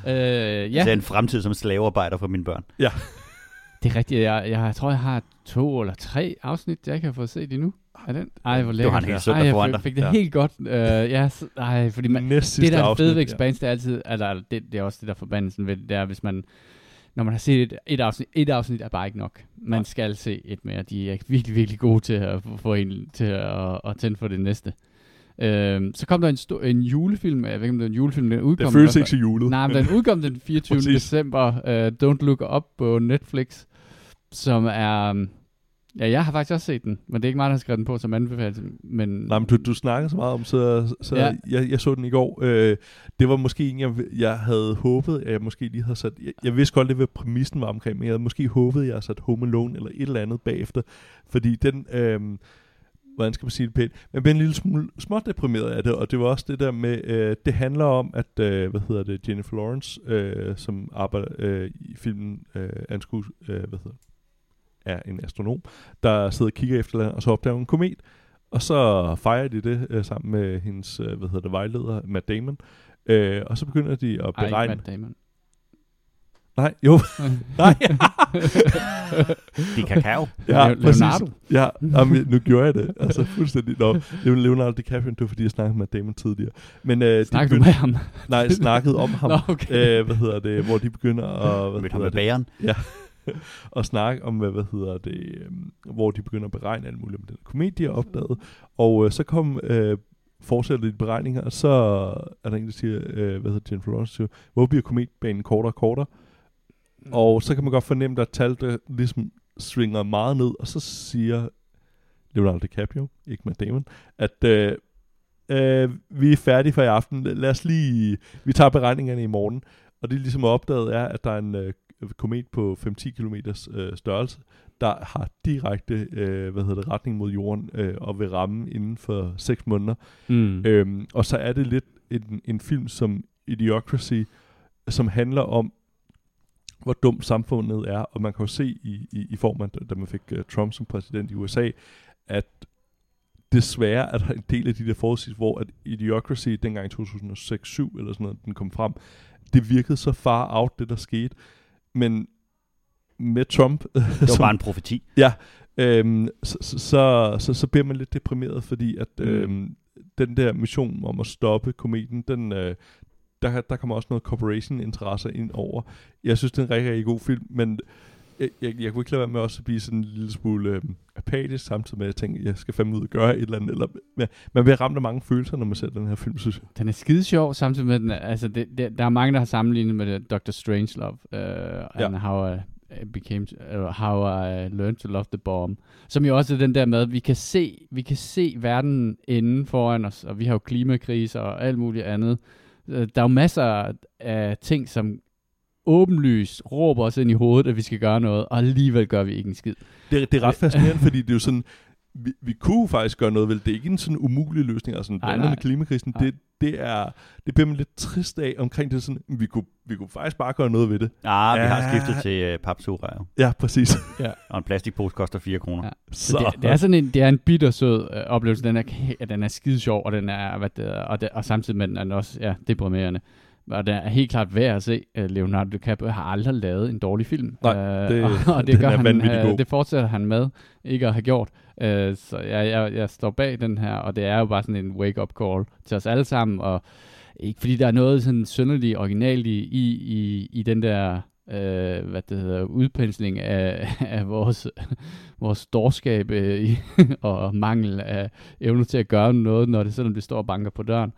Øh, ja. Det er en fremtid som slavearbejder for mine børn. Ja. Det er rigtigt. Jeg, jeg tror, jeg har to eller tre afsnit, jeg kan få set endnu. Er den? Ej, hvor lækkert. Du har en helt søndag foran dig. Jeg fik det ja. helt godt. Uh, ja, så, ej, fordi man, det der er fede ved Expanse, det er altid, altså, det, det er også det der forbandelsen ved det, der, hvis man, når man har set et, et afsnit, et afsnit er bare ikke nok. Man ja. skal se et mere. De er virkelig, virkelig gode til at få en til at, at tænde for det næste. Uh, så kom der en, sto- en julefilm, jeg ved ikke om det er en julefilm, den udkom. Det føles ikke så julet. Nej, men den udkom den fireogtyvende december, uh, Don't Look Up på Netflix, som er... Ja, jeg har faktisk også set den, men det er ikke mig, der har skrevet den på som anbefaling. Men nej, men du, du snakker så meget om, så, så ja. jeg, jeg så den i går. Øh, det var måske en, jeg, jeg havde håbet, at jeg måske lige havde sat... Jeg, jeg vidste godt lidt, hvad præmissen var omkring, men jeg havde måske håbet, at jeg havde sat Home Alone eller et eller andet bagefter. Fordi den... Øh, hvordan skal man sige det pænt? Man bliver en lille smule småt deprimeret af det, og det var også det der med... Øh, det handler om, at... Øh, hvad hedder det? Jennifer Lawrence, øh, som arbejder øh, i filmen... Øh, anskues, øh, hvad hedder er en astronom, der sidder og kigger efter land, og så opdager hun en komet, og så fejrer de det øh, sammen med hendes, øh, hvad hedder det, vejleder, Matt Damon, øh, og så begynder de at beregne... Ej, Matt Damon. Nej, jo. Nej. Det er kakao. Ja, Leonardo. Ja, jamen, nu gjorde jeg det. Altså fuldstændig. Nå, det var Leonardo DiCaprio, det var fordi, jeg snakkede med Matt Damon tidligere. Men, øh, snakkede du med ham? Nej, snakket om ham. Nå, okay. øh, hvad hedder det, hvor de begynder at... Hvad med ham med bageren. Ja. Og snakke om, hvad, hvad hedder det, øh, hvor de begynder at beregne alt muligt om den komet, de har opdaget. Og øh, så kom, øh, fortsætter de beregninger, og så er der en, der siger, øh, hvad hedder Jennifer Lawrence, siger, hvor bliver kometbanen kortere og kortere? Mm. Og så kan man godt fornemme, at der tal, der ligesom svinger meget ned, og så siger Leonardo DiCaprio, ikke Matt Damon, at øh, øh, vi er færdige for i aften, lad os lige, vi tager beregningerne i morgen. Og det ligesom opdaget er, at der er en øh, komet på fem til ti kilometers øh, størrelse, der har direkte øh, hvad hedder det, retning mod jorden øh, og vil ramme inden for seks måneder. Mm. Øhm, og så er det lidt en, en film som Idiocracy, som handler om, hvor dumt samfundet er, og man kan jo se i, i, i form af, da man fik uh, Trump som præsident i U S A, at desværre er der en del af de der forudsigelser, hvor at Idiocracy dengang i to tusind og seks syv eller sådan noget, den kom frem, det virkede så far out, det der skete. Men med Trump... Det var som, bare en profeti. Ja, øhm, så, så, så, så bliver man lidt deprimeret, fordi at øhm, mm. den der mission om at stoppe kometen, den, øh, der, der kommer også noget corporation-interesser ind over. Jeg synes, det er en rigtig, rigtig god film, men jeg, jeg, jeg kunne ikke lade være med også at blive sådan en lille smule øh, apatisk, samtidig med, at jeg tænker, jeg skal fandme ud og gøre et eller andet. Eller, ja, man bliver ramt af mange følelser, når man ser den her film, synes jeg. Den er skide sjov, samtidig med, den er, altså det, det, der er mange, der har sammenlignet med doctor Strangelove, uh, ja. and how I became, uh, how I learned to love the bomb, som jo også er den der med, at vi kan se, vi kan se verden inden foran os, og vi har jo klimakriser og alt muligt andet. Der er jo masser af ting, som åbenlyst råber os ind i hovedet, at vi skal gøre noget, og alligevel gør vi ikke en skid. Det, det er ret fascinerende, fordi det er jo sådan, vi, vi kunne faktisk gøre noget, vel? Det er ikke en sådan umulig løsning, altså blandt andet med klimakrisen. Det, det, er, det bliver man lidt trist af omkring det sådan, vi kunne, vi kunne faktisk bare gøre noget ved det. Ah, vi ja. har skiftet til uh, papsugerør. Ja, præcis. Ja. Og en plastikpose koster fire kroner. Ja. Så. Så det, det, er sådan en, det er en bittersød øh, oplevelse. Den er, den er skide sjov, og, den er, hvad det er, og, det, og samtidig med den er den også ja, deprimerende. Og det er helt klart værd at se. Leonardo DiCaprio har aldrig lavet en dårlig film. Nej, det, uh, og, og det, gør han, uh, det fortsætter han med ikke at have gjort. Uh, så jeg, jeg, jeg står bag den her, og det er jo bare sådan en wake-up call til os alle sammen. Og ikke fordi der er noget sådan synderligt originalt i, i, i, i den der uh, hvad det hedder, udpensling af, af vores, vores dårskab uh, og mangel af evne til at gøre noget, når det selvom det står og banker på døren.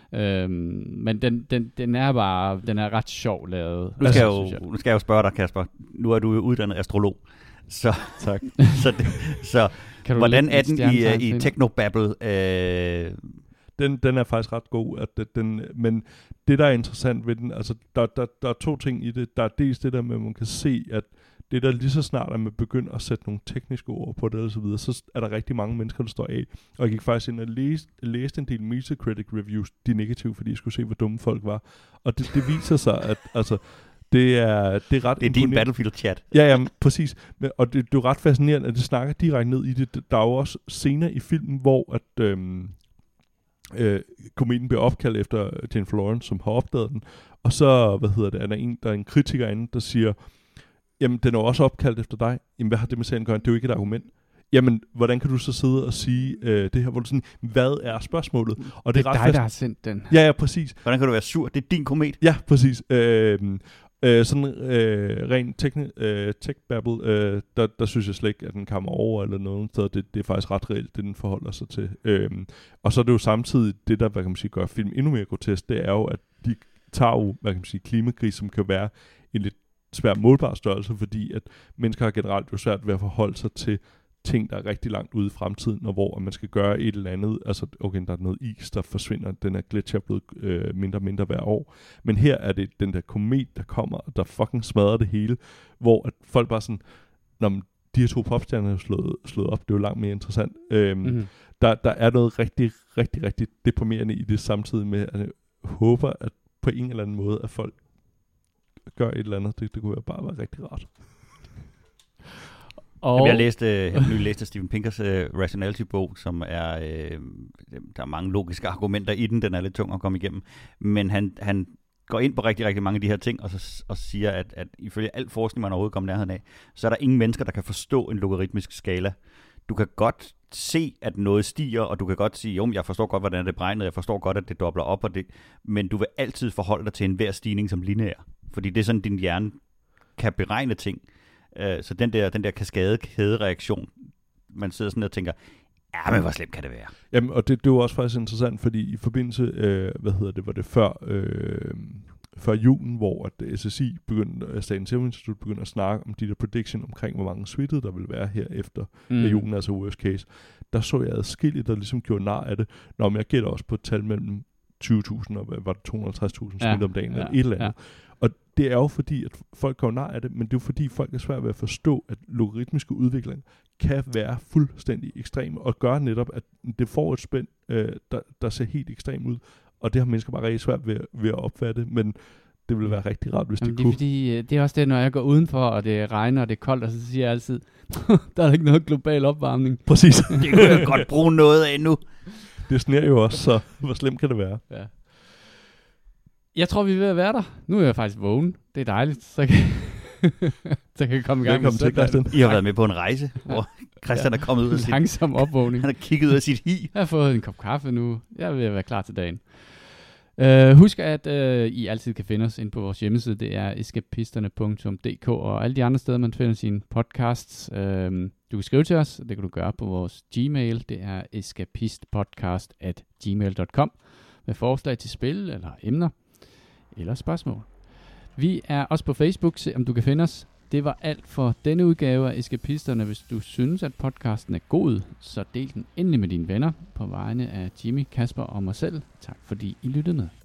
Øhm, men den, den, den er bare den er ret sjov lavet. Nu skal, altså, jeg jo, nu skal jeg jo spørge dig, Kasper. Nu er du jo uddannet astrolog. Så, tak. så, det, så hvordan er den i, i Technobabble? Øh... Den, den er faktisk ret god. At det, den, men det, der er interessant ved den, altså der, der, der er to ting i det. Der er dels det der med, at man kan se, at det der lige så snart, at man begynder at sætte nogle tekniske ord på det og så videre, så er der rigtig mange mennesker, der står af. Og jeg gik faktisk ind og læste, læste en del Metacritic reviews, de negative, fordi jeg skulle se, hvor dumme folk var. Og det, det viser sig, at altså, det er, det er ret Det er din Battlefield-chat. Ja, ja, præcis. Men, og det, det er jo ret fascinerende, at det snakker direkte ned i det. Der er jo også scener i filmen, hvor at øhm, øh, kometen bliver opkaldt efter Jennifer Lawrence, som har opdaget den. Og så, hvad hedder det, er der en, der er en kritiker inde, der siger, jamen, den er også opkaldt efter dig. Jamen, hvad har det med sagen at gøre? Det er jo ikke et argument. Jamen, hvordan kan du så sidde og sige øh, det her, hvor du sådan, hvad er spørgsmålet? Og det, det er, det er ret dig, fast... der har sendt den. Ja, ja, præcis. Hvordan kan du være sur? Det er din komet. Ja, præcis. Øh, øh, sådan øh, rent tekni- øh, tech-babble, øh, der, der synes jeg slet ikke, at den kommer over eller noget. Så det, det er faktisk ret reelt, det den forholder sig til. Øh, og så er det jo samtidig det, der hvad kan man sige, gør film endnu mere grotesk, det er jo, at de tager jo, hvad kan man sige, klimakris, som kan være en lidt svær målbar størrelse, fordi at mennesker har generelt jo svært ved at forholde sig til ting, der er rigtig langt ude i fremtiden, og hvor man skal gøre et eller andet, altså okay, der er noget is, der forsvinder, den er gletsjer blevet øh, mindre og mindre hver år, men her er det den der komet, der kommer, og der fucking smadrer det hele, hvor at folk bare sådan, når man, de her to popstjerner er slået, slået op, det er jo langt mere interessant. Øhm, mm-hmm. der, der er noget rigtig, rigtig, rigtig deprimerende i det, samtidig med, at jeg håber, at på en eller anden måde, at folk gør et eller andet. Det, det kunne bare være rigtig rart. Og Jamen, jeg læste, jeg har nu læste Steven Pinkers uh, Rationality-bog, som er, uh, der er mange logiske argumenter i den, den er lidt tung at komme igennem, men han, han går ind på rigtig, rigtig mange af de her ting, og, så, og siger, at, at ifølge al forskning, man overhovedet kommer nærheden af, så er der ingen mennesker, der kan forstå en logaritmisk skala. Du kan godt se, at noget stiger, og du kan godt sige, jo, jeg forstår godt, hvordan det er beregnet, jeg forstår godt, at det dobler op, og det, men du vil altid forholde dig til enhver stigning som lineær, fordi det er sådan, din hjerne kan beregne ting. Så den der, den der kaskade-kæde-reaktion, man sidder sådan og tænker, ja, men hvor slemt kan det være? Jamen, og det, det er jo også faktisk interessant, fordi i forbindelse, øh, hvad hedder det, var det før, øh, før julen, hvor at S S I begyndte, Statens Serum Institut begyndte at snakke om de der prediction omkring, hvor mange smittede der vil være her efter mm. julen, altså worst case. Der så jeg adskilligt, der ligesom gjorde nar af det. Nå, men jeg gætter også på et tal mellem tyve tusind og var det to hundrede og halvtreds tusind ja, smidt om dagen, ja, eller et eller andet. Ja. Og det er jo fordi, at folk går nar af det, men det er jo fordi, folk er svært ved at forstå, at logaritmiske udvikling kan være fuldstændig ekstreme, og gør netop, at det får et spænd, øh, der, der ser helt ekstremt ud, og det har mennesker bare rigtig svært ved, ved at opfatte, men det ville være rigtig rart, hvis Jamen, de kunne. Det er, fordi, det er også det, når jeg går udenfor, og det regner, og det er koldt, og så siger jeg altid, der er ikke noget global opvarmning. Præcis. Det kunne jeg godt bruge noget af nu. Det sneer jo også, så hvor slemt kan det være? Ja. Jeg tror, vi er ved at være der. Nu er jeg faktisk vågen. Det er dejligt. Så kan, så kan jeg komme i gang med søndagen. I har været med på en rejse, hvor Christian ja. er kommet ud af sit... Langsom opvågning. Han har kigget ud af sit hi. Jeg har fået en kop kaffe nu. Jeg er ved at være klar til dagen. Uh, husk, at uh, I altid kan finde os inde på vores hjemmeside. Det er eskapisterne punktum d k og alle de andre steder, man finder sine podcasts. Uh, du kan skrive til os. Det kan du gøre på vores Gmail. Det er eskapistpodcast at gmail punktum com med forslag til spil eller emner eller spørgsmål. Vi er også på Facebook, se om du kan finde os. Det var alt for denne udgave af Eskapisterne. Hvis du synes, at podcasten er god, så del den endelig med dine venner på vegne af Jimmy, Kasper og mig selv. Tak fordi I lyttede med.